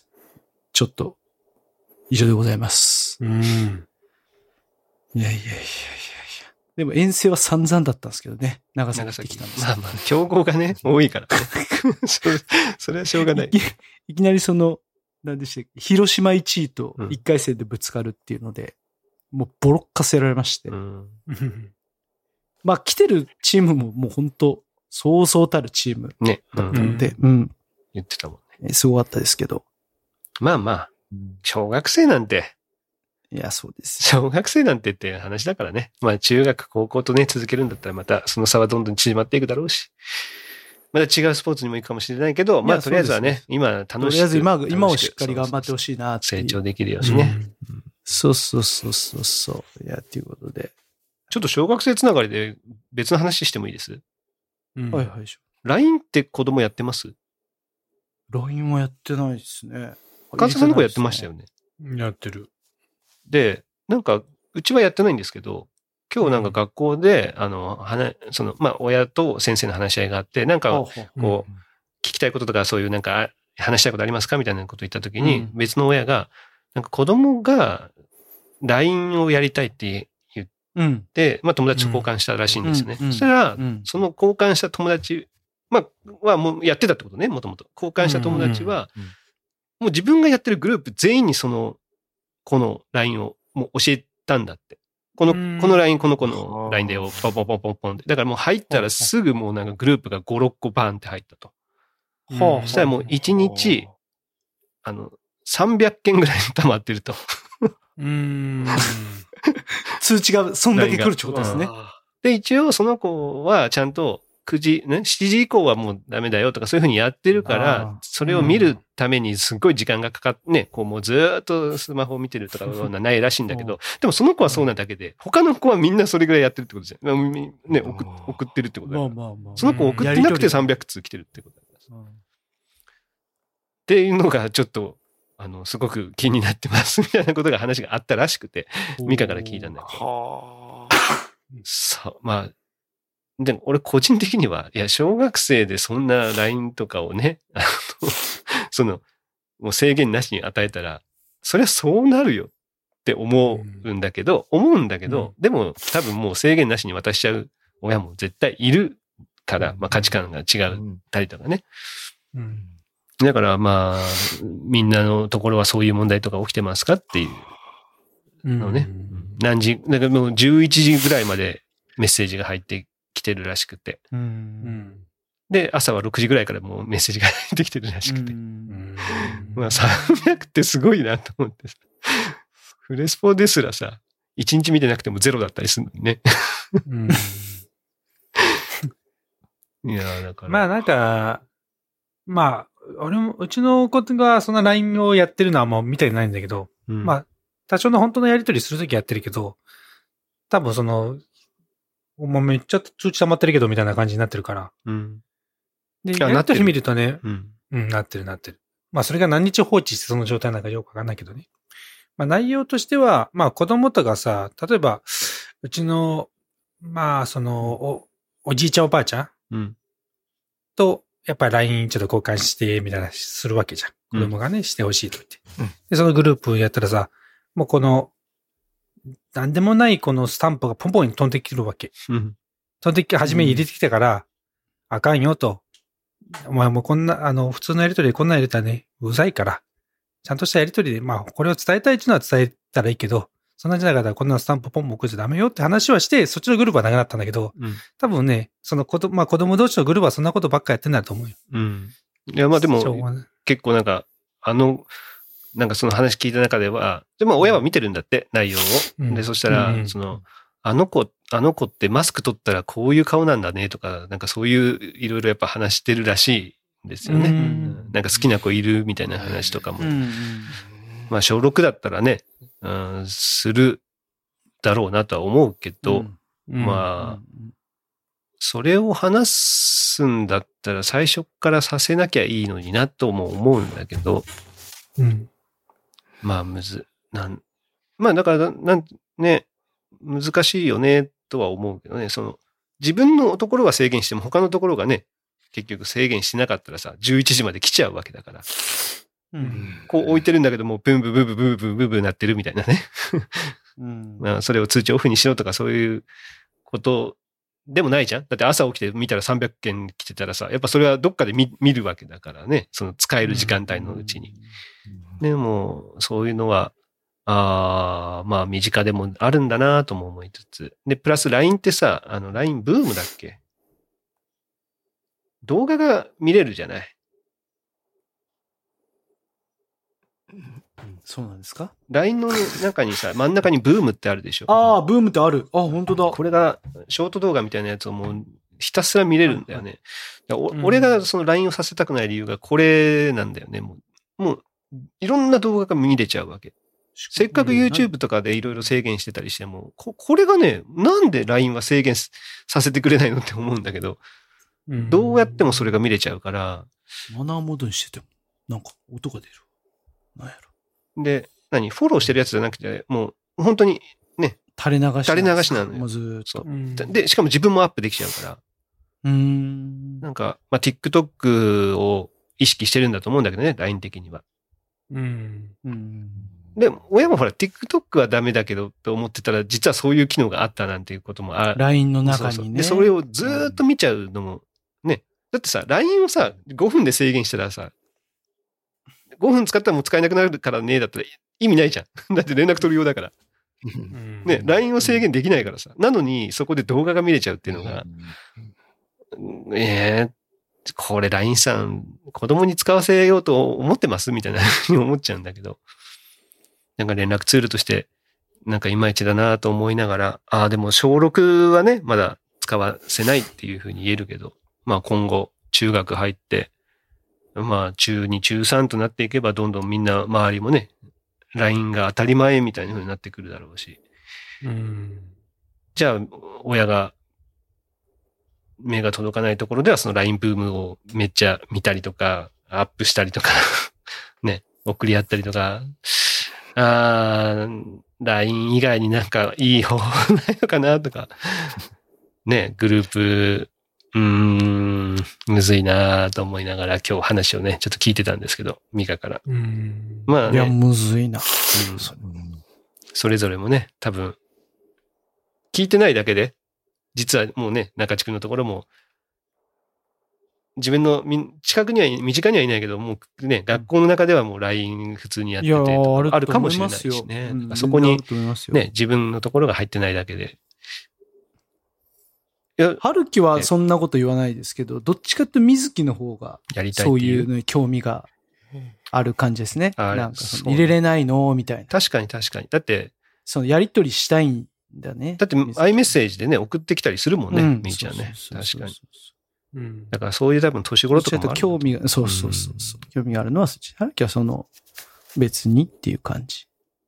ちょっと、以上でございます。 うん。いやいやいやいやいや。 でも遠征は散々だったんですけどね。長崎ってきたんです。 まあまあ、競合がね、多いからね。それ、それはしょうがない。 い, いきなりその、何でしたっけ、広島いちいといっかい戦でぶつかるっていうので、うん、もうボロッカせられまして。うん、まあ来てるチームももう本当そうそうたるチームだったので、ね、うん、うん。 言ってたもんね。すごかったですけど。 まあまあ、小学生なんて、 いや、そうです。 小学生なんてって話だからね。まあ中学、高校とね、続けるんだったらまたその差はどんどん縮まっていくだろうし。また違うスポーツにも行くかもしれないけど、まあとりあえずはね、今楽しく。 とりあえず今、今をしっかり頑張ってほしいなって。 成長できるようにね、 うん。そうそうそうそうそう。いや、ということで。 ちょっと小学生つながりで別の話してもいいです？ うん、はいはい。 ライン って子供やってます？ ライン はやってないですね。 関西さんの子やってましたよね。 やってる。 で、なんか、うちはやってないんですけど、今日なんか学校で、うん、あの、話、その、まあ、親と先生の話し合いがあって、なんか、こう、うん、聞きたいこととか、そういうなんか、話したいことありますかみたいなことを言ったときに、うん、別の親が、なんか子供が ライン をやりたいって言って、うん、まあ、友達と交換したらしいんですね。そしたら、その交換した友達、まあ、はもうやってたってことね、もともと。交換した友達は、もう自分がやってるグループ全員にその、この ライン をもう教えたんだって。この、この ライン、この子の ライン でをポンポンポンポンポンって。だからもう入ったらすぐもうなんかグループがご、ろっこバーンって入ったと。そしたらもういちにち、あの、さんびゃっけんぐらい溜まってると。 うーん通知がそんだけ来るってことですね。 で、一応その子はちゃんとくじ、ね、しちじ以降はもうダメだよとかそういうふうにやってるから、それを見るためにすっごい時間がかかってね、こうもうずーっとスマホを見てるとかはないらしいんだけど、でもその子はそうなだけで、他の子はみんなそれぐらいやってるってことじゃん。ね、送, 送ってるってことだから。まあまあまあ、その子送ってなくてさんびゃくつう来てるってことだから、うん。っていうのがちょっと、あの、すごく気になってますみたいなことが話があったらしくて、ミカから聞いたんだけど。そう、まあ、でも俺個人的には、いや、小学生でそんな ライン とかをね、あの、その、もう制限なしに与えたら、そりゃそうなるよって思うんだけど、うん、思うんだけど、うん、でも多分もう制限なしに渡しちゃう親も絶対いるから、まあ価値観が違ったりとかね。うん、だからまあ、みんなのところはそういう問題とか起きてますかっていうのね。うん、何時、だからもうじゅういちじぐらいまでメッセージが入って来てるらしくて、うん。で、朝はろくじぐらいからもうメッセージが入ってきてるらしくて。うん、まあさんびゃくってすごいなと思ってさ。フレスポですらさ、いちにち見てなくてもゼロだったりするのにね。うん、いやだから。 まあなんか、まあ、俺も、うちの子がそんな ライン をやってるのはもう見たりないんだけど、うん、まあ、多少の本当のやりとりするときやってるけど、多分その、もうめっちゃ通知溜まってるけどみたいな感じになってるから。うん。で、やりとり見るとね、うん、うん、なってるなってる。まあそれが何日放置してその状態なのかよくわかんないけどね。まあ内容としては、まあ子供とかさ、例えば、うちの、まあその、お、おじいちゃんおばあちゃん、うん、と、やっぱり ライン ちょっと交換して、みたいな、するわけじゃん。子供がね、うん、してほしいと言って、うん。で、そのグループやったらさ、もうこの、 なんでもないこのスタンプがポンポンに飛んできるわけ。 うん。 飛んできて初めに入れてきたから、うん、あかんよと。お前もうこんな、あの、普通のやりとりでこんなやりとりね、うざいから。ちゃんとしたやりとりで、まあ、これを伝えたいっていうのは伝えたらいいけど、そんなじゃなかったらこんなスタンプポンポン送っちゃダメよって話はして、そっちのグループはなくなったんだけど、うん、多分ね、その子供、まあ子供同士のグループはそんなことばっかやってんだと思うよ。 うん。いや、まあでも、結構なんか、あの、なんかその話聞いた中では、でまあ親は見てるんだって、内容を。うん、で、そしたら、うん、その、あの子、あの子ってマスク取ったらこういう顔なんだねとか、なんかそういういろいろやっぱ話してるらしいんですよね。うん、なんか好きな子いるみたいな話とかも。うん、まあ小ろくだったらね、うん、するだろうなとは思うけど、うん、まあ、それを話すんだったら最初からさせなきゃいいのになとも思うんだけど、うん、まあむず、なん、まあだから、なんね、難しいよねとは思うけどね、その自分のところは制限しても他のところがね、結局制限しなかったらさ、じゅういちじまで来ちゃうわけだから。うん、こう置いてるんだけども、ブンブブブブブブブなってるみたいなね。うん、まあそれを通知オフにしろとかそういうことでもないじゃん。だって朝起きて見たらさんびゃくけん来てたらさ、やっぱそれはどっかで 見, 見るわけだからね。その使える時間帯のうちに。うん、でも、そういうのは、ああ、まあ身近でもあるんだなとも思いつつ。で、プラス ライン ってさ、あの ライン ブームだっけ？動画が見れるじゃない。 そうなんですか？ ライン の中にさ、真ん中にブームってあるでしょ。 ああ、ブームってある。あ、本当だ。 これが、ショート動画みたいなやつをもう、ひたすら見れるんだよね。だおうん、俺がその ライン をさせたくない理由がこれなんだよね。もう、もういろんな動画が見れちゃうわけ。せっかく YouTube とかでいろいろ制限してたりしても、こ、これがね、なんで ライン は制限させてくれないのって思うんだけど、うん、どうやってもそれが見れちゃうから。 マナーモードにしてても、なんか音が出る。なんやろ。 で、何フォローしてるやつじゃなくて、もう本当にね。 垂れ流し。 垂れ流しなのよ。 もうずーっと。 うん、で、しかも自分もアップできちゃうから。うーん。なんか、まあ、TikTok を意識してるんだと思うんだけどね、ライン 的には。うん。うん。で、親もほら、TikTok はダメだけどと思ってたら、実はそういう機能があったなんていうこともある。 ライン の中にね。そうそうで、それをずーっと見ちゃうのも、ね。だってさ、ライン をさ、ごふんで制限したらさ、ごふん使ったらもう使えなくなるからね、だったら意味ないじゃん。だって連絡取るようだから。ね、ライン を制限できないからさ。なのに、そこで動画が見れちゃうっていうのが、えー、これ ライン さん、子供に使わせようと思ってますみたいなふうに思っちゃうんだけど。なんか連絡ツールとして、なんかいまいちだなと思いながら、ああ、でも小ろくはね、まだ使わせないっていうふうに言えるけど、まあ今後、中学入って、まあ中に、中さんとなっていけば、どんどんみんな周りもね、ライン が当たり前みたいな風になってくるだろうし。うん、じゃあ、親が目が届かないところでは、その ライン ブームをめっちゃ見たりとか、アップしたりとか、ね、送り合ったりとか、あー、ライン 以外になんかいい方法ないのかなとか、ね、グループ、うーん、むずいなと思いながら今日話をね、ちょっと聞いてたんですけど、ミカから。うん、まあね。 いや、むずいな、 うん。それぞれもね、多分、聞いてないだけで、実はもうね、中地区のところも、自分の近くには、身近にはいないけど、もうね、学校の中ではもう ライン 普通にやっててとかあるかもしれないしね。うん、そこに、ね、自分のところが入ってないだけで。 春樹はそんなこと言わないですけど、どっちかって水木の方が、そういうのに興味がある感じですね。なんかその入れれないのみたいな。 確かに確かに。だって、 そのやりとりしたいんだね。 だって、アイメッセージでね、送ってきたりするもんね、みーちゃんね。確かに。うん、だからそういう多分年頃とかもある。 興味が、そうそうそうそう、うん。興味があるのはそっち。春樹はその、別にっていう感じ。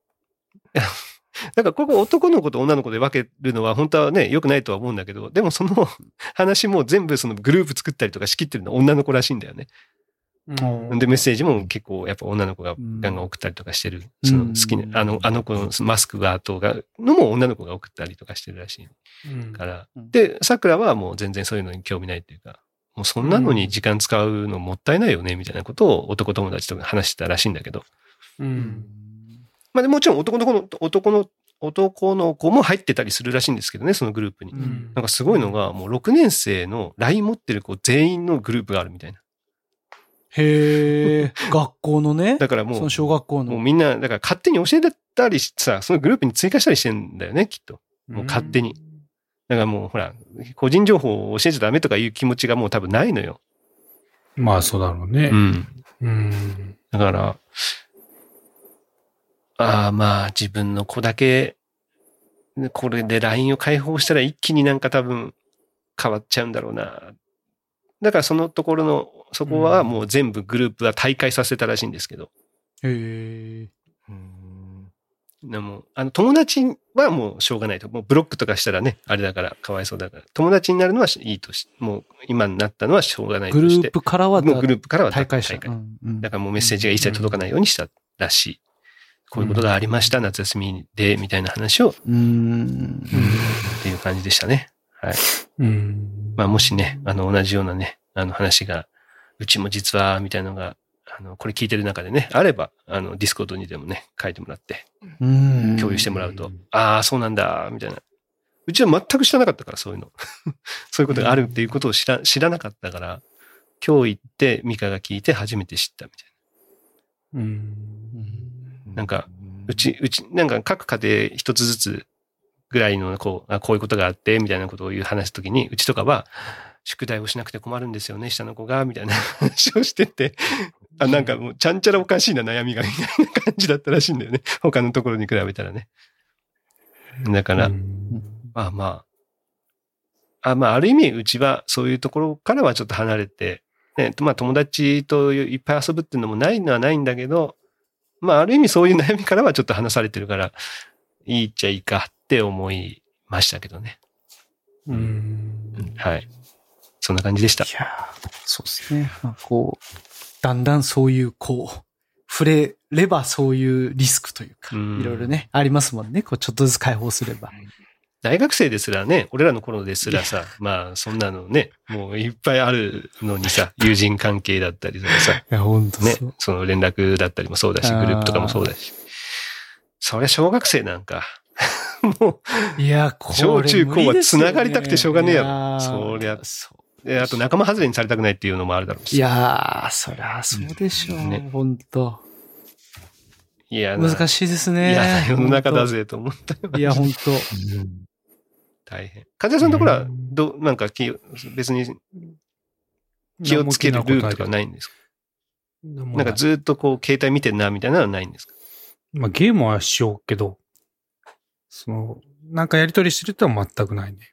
なんかここ男の子と女の子で分けるのは本当はね、良くないとは思うんだけど、でもその話も全部そのグループ作ったりとか仕切ってるのは女の子らしいんだよね。うん、で、メッセージも結構やっぱ女の子がガンガン送ったりとかしてる。うん、その好きな、あの、あの子のマスクがとが、のも女の子が送ったりとかしてるらしいから。うん、で、桜はもう全然そういうのに興味ないっていうか、もうそんなのに時間使うのもったいないよね、みたいなことを男友達と話してたらしいんだけど。うん、まあでもちろん男の子の、男の、 男の子も入ってたりするらしいんですけどね、そのグループに。 うん、 なんかすごいのが、もうろくねん生の ライン 持ってる子全員のグループがあるみたいな。 へえ、学校のね。 だからもう、 その小学校の。 もうみんな、だから勝手に教えたりしてさ、そのグループに追加したりしてんだよね、きっと。もう勝手に。だからもうほら、個人情報を教えちゃダメとかいう気持ちがもう多分ないのよ。 まあそうだろうね。 うん。 うん。 だから、ああまあ自分の子だけ、これで ライン を開放したら一気になんか多分変わっちゃうんだろうな。だからそのところの、そこはもう全部グループは退会させたらしいんですけど。 へえ。 でも、あの、友達はもうしょうがないと。もうブロックとかしたらね、あれだからかわいそうだから。友達になるのはいいとし、もう今になったのはしょうがないとして。 グループからは、 もうグループからは退会した。 退会。うんうん、だからもうメッセージが一切届かないようにしたらしい。こういうことがありました、夏休みで、みたいな話を、 うん、 っていう感じでしたね。はい。 うん、 まあもしね、あの同じようなね、あの話が、うちも実は、みたいなのが、あの、これ聞いてる中でね、あれば、あの、ディスコードにでもね、書いてもらって、共有してもらうと、ああ、そうなんだ、みたいな。うちは全く知らなかったから、そういうの。そういうことがあるっていうことを知ら、知らなかったから、今日行って、ミカが聞いて初めて知ったみたいな。うん。なんか、うち、うち、なんか各家庭一つずつぐらいの、こう、こういうことがあって、みたいなことを言う話すときに、うちとかは、宿題をしなくて困るんですよね、下の子が、みたいな話をしてて、あ、なんかもう、ちゃんちゃらおかしいな悩みが、みたいな感じだったらしいんだよね。他のところに比べたらね。だから、まあまあ、あ、まあ、ある意味、うちはそういうところからはちょっと離れて、ね、まあ友達といっぱい遊ぶっていうのもないのはないんだけど、まあ、ある意味そういう悩みからはちょっと離されてるから、いいっちゃいいかって思いましたけどね。 うん。 はい。そんな感じでした。 いやそうですね。まあ、こう、だんだんそういう、こう、触れればそういうリスクというか、いろいろね、ありますもんね。こう、ちょっとずつ解放すれば。 大学生ですらね、俺らの頃ですらさ、まあ、そんなのね、もういっぱいあるのにさ、友人関係だったりとかさ、 いや、本当ね、その連絡だったりもそうだし、グループとかもそうだし。そりゃ小学生なんか、もう、 いや、これ小中高は繋がりたくてしょうがねえやろ。 やそりゃ、で、あと仲間外れにされたくないっていうのもあるだろうし。 いやー、そりゃそうでしょう。ね、本当いや、 難しいですね。 いや、世の中だぜと思ったよ。 いや、本当大変。かずやさんのところは、ど、なんか気、別に気をつけるルールとかないんですか？なんかずっとこう、携帯見てんな、みたいなのはないんですか？ まあ、ゲームはしようけど、その、なんかやりとりしてるってのは全くないね。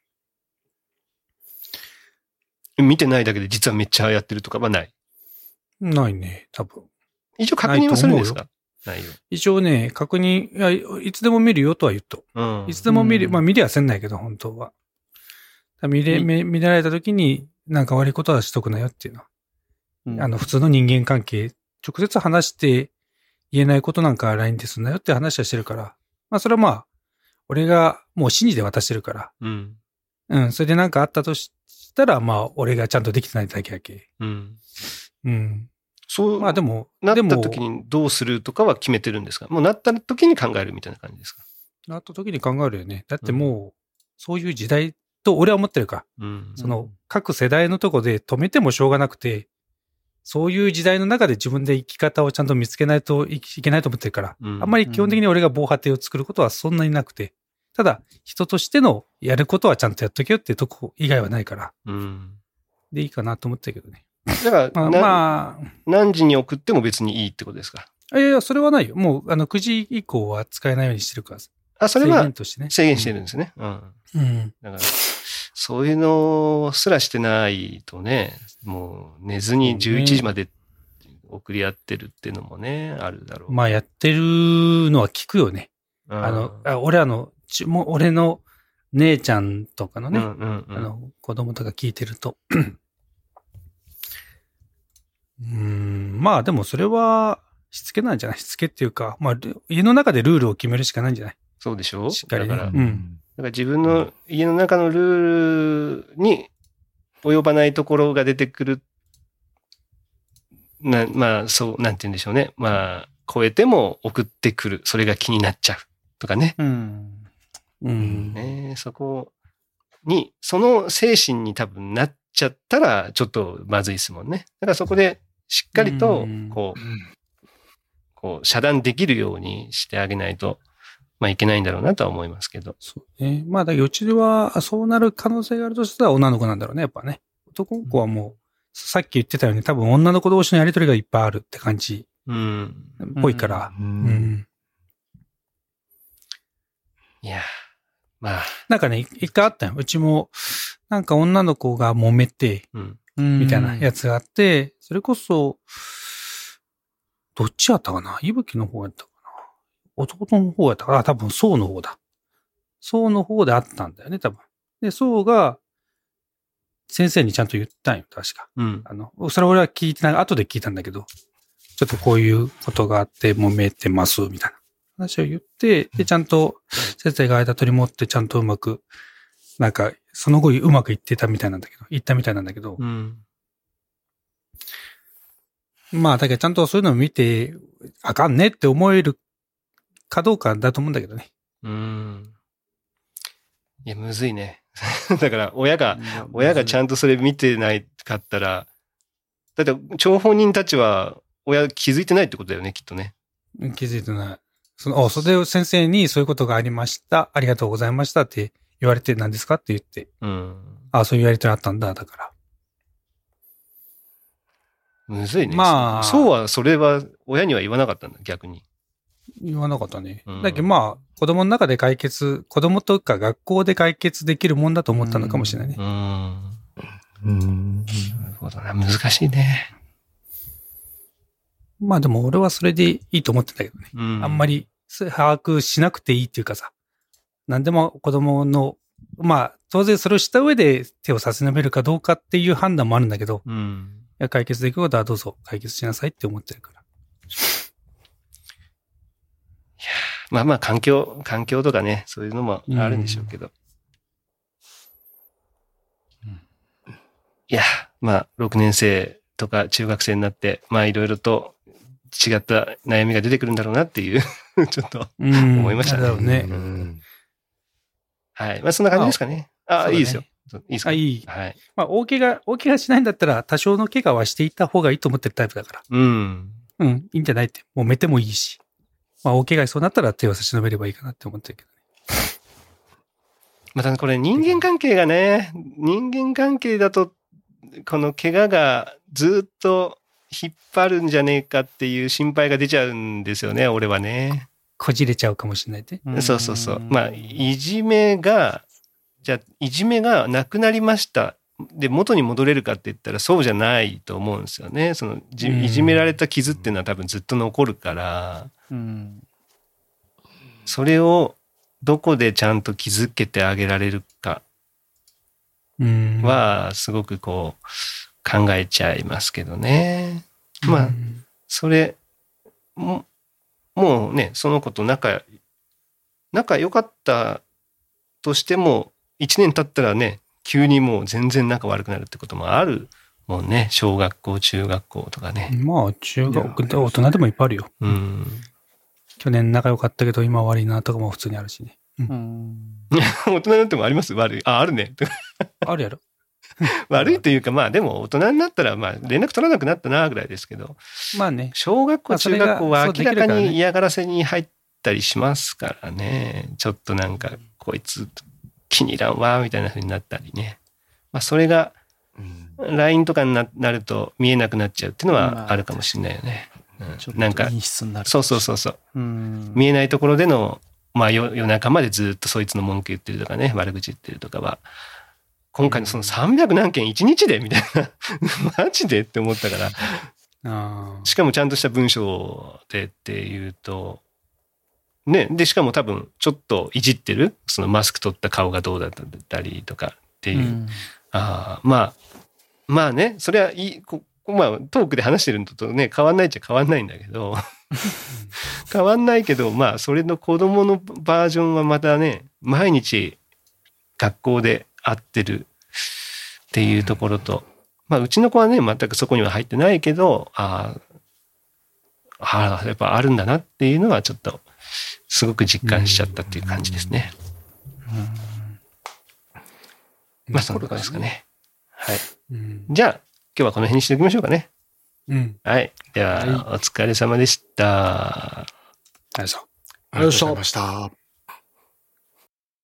見てないだけで実はめっちゃやってるとかはない？ ないね、多分。 一応確認はするんですか？ないよ。 一応ね、確認、いや、いつでも見るよとは言うと。うん、いつでも見る、まあ見りゃせんないけど、本当は。見れ、見、見られた時に、なんか悪いことはしとくなよっていうのは。うん、あの、普通の人間関係、直接話して言えないことなんか ライン ですんなよって話はしてるから。まあそれはまあ、俺がもう信じて渡してるから。うん。うん、それでなんかあったとしたら、まあ、俺がちゃんとできてないだけだけ。うん。うん。 そう。 まあでも、 なった時にどうするとかは決めてるんですか？もうなった時に考えるみたいな感じですか？ なった時に考えるよね。だってもう、そういう時代と俺は思ってるから。うん。その、各世代のとこで止めてもしょうがなくて、そういう時代の中で自分で生き方をちゃんと見つけないといけないと思ってるから。うん、あんまり基本的に俺が防波堤を作ることはそんなになくて。ただ、人としてのやることはちゃんとやっとけよっていうとこ以外はないから。うん。でいいかなと思ったけどね。 だから、まあ、まあ、何時に送っても別にいいってことですか？ いやいや、それはないよ。もう、あの、くじ以降は使えないようにしてるから。 あ、それは制限としてね。制限してるんですね。うん。うん。だから、そういうのすらしてないとね、もう寝ずにじゅういちじまで送り合ってるっていうのもね、あるだろう。 まあ、やってるのは聞くよね。あの、あ俺あの、ちも俺の姉ちゃんとかのね、うんうんうん、あの、子供とか聞いてると。うーん、まあでもそれは、しつけなんじゃない？しつけっていうか、まあ、家の中でルールを決めるしかないんじゃない？ そうでしょ？ しっかりね。 だから、うん。だから自分の家の中のルールに及ばないところが出てくる。な、まあ、そう、なんて言うんでしょうね。まあ、超えても送ってくる。それが気になっちゃう。とかね。うん。 うんね、そこに、その精神に多分なっちゃったら、ちょっとまずいですもんね。だからそこでしっかりと、こう、こう、遮断できるようにしてあげないと、まあいけないんだろうなとは思いますけど。 そうね。まあ、だけどうちでは、そうなる可能性があるとしたら女の子なんだろうね、やっぱね。男の子はもう、さっき言ってたように多分女の子同士のやりとりがいっぱいあるって感じ。 うん。 っぽいから。 うん。 うん。 いや、まあ。 なんかね、一回あったよ。うちも、なんか女の子が揉めて、 うん、 みたいなやつがあって、それこそ、どっちやったかな？いぶきの方やったかな？弟の方やったかな？あ、多分、そうの方だ。そうの方であったんだよね、多分。で、そうが、先生にちゃんと言ったんよ、確か。 うん。 あの、それ俺は聞いてない、後で聞いたんだけど、ちょっとこういうことがあって揉めてます、みたいな話を言って、で、ちゃんと先生が間取り持ってちゃんとうまく、なんか、その後うまくいってたみたいなんだけど、いったみたいなんだけど、 うん、 まあ、だけどちゃんとそういうのを見て、あかんねって思えるかどうかだと思うんだけどね。 うん。いや、むずいね。だから、親が、親がちゃんとそれ見てないかったら、だって、張本人たちは、親気づいてないってことだよね、きっとね。 気づいてない。その、お、それを先生にそういうことがありました。ありがとうございましたって言われて何ですかって言って。 うん。 あ、そういうやりとりあったんだ、だから。 むずいね。 まあ。 そうは、それは、親には言わなかったんだ、逆に。 言わなかったね。 うん、 だけどまあ、子供の中で解決、子供とか学校で解決できるもんだと思ったのかもしれないね。 うん。 うん。 なるほどな、難しいね。 まあでも俺はそれでいいと思ってたけどね。 うん、 あんまり把握しなくていいっていうかさ、何でも子供の、まあ当然それをした上で手を差し伸べるかどうかっていう判断もあるんだけど、 うん、 いや解決できることはどうぞ解決しなさいって思ってるから。 いやまあまあ環境、環境とかね、そういうのもあるんでしょうけど。うん、いや、まあろくねん生とか中学生になって、まあいろいろと違った悩みが出てくるんだろうなっていう、ちょっと思いましたね。 うん、ね、 うん。はい。まあそんな感じですかね。あ、あ、ね、いいですよ。いいですか。 あ、いい。 はい。 まあ大怪我、大怪我しないんだったら多少の怪我はしていった方がいいと思ってるタイプだから。 うん。 うん、いいんじゃないって。もう寝てもいいし。まあ大怪我しそうなったら手を差し伸べればいいかなって思ってるけどね。 またこれ人間関係がね、人間関係だと、この怪我がずっと引っ張るんじゃねえかっていう心配が出ちゃうんですよね、俺はね。 こじれちゃうかもしれないって。 そうそうそう。まあ、いじめが、じゃあ、いじめがなくなりました。で、元に戻れるかって言ったらそうじゃないと思うんですよね。その、いじめられた傷っていうのは多分ずっと残るから、うん、それをどこでちゃんと気づけてあげられるかは、すごくこう、考えちゃいますけどね。まあ、それ、も、もうね、その子と仲、仲良かったとしても、一年経ったらね、急にもう全然仲悪くなるってこともあるもんね。小学校、中学校とかね。 まあ、中学、大人でもいっぱいあるよ。 うん。 去年仲良かったけど今悪いなとかも普通にあるしね。うん。 大人になってもあります悪い。あ、あるね。 あるやろ。 悪いというか、まあでも大人になったら、まあ連絡取らなくなったなぐらいですけど。 まあね。 小学校、中学校は明らかに嫌がらせに入ったりしますからね。ちょっとなんか、こいつ気に入らんわ、みたいな風になったりね。まあそれが、ライン とかになると見えなくなっちゃうっていうのはあるかもしれないよね。うん、なんか、そうそうそうそう。うん見えないところでの、まあ夜中までずっとそいつの文句言ってるとかね、悪口言ってるとかは、今回のそのさんびゃく何件いちにちでみたいな、マジでって思ったから。あしかもちゃんとした文章でっていうと、ね、で、しかも多分ちょっといじってる、そのマスク取った顔がどうだったりとかっていう。うん、あまあ、まあね、それはいい、こまあトークで話してるのとね、変わんないっちゃ変わんないんだけど、変わんないけど、まあそれの子供のバージョンはまたね、毎日学校で会ってるっていうところと、まあうちの子はね、全くそこには入ってないけど、ああ、やっぱあるんだなっていうのはちょっとすごく実感しちゃったっていう感じですね。 まあ、そのとこですかね。はい。 うん、 じゃあ、今日はこの辺にしておきましょうかね。 うん。 はい。では、 はい、 お疲れ様でした。 ありがとうございました。 ありがとうございました。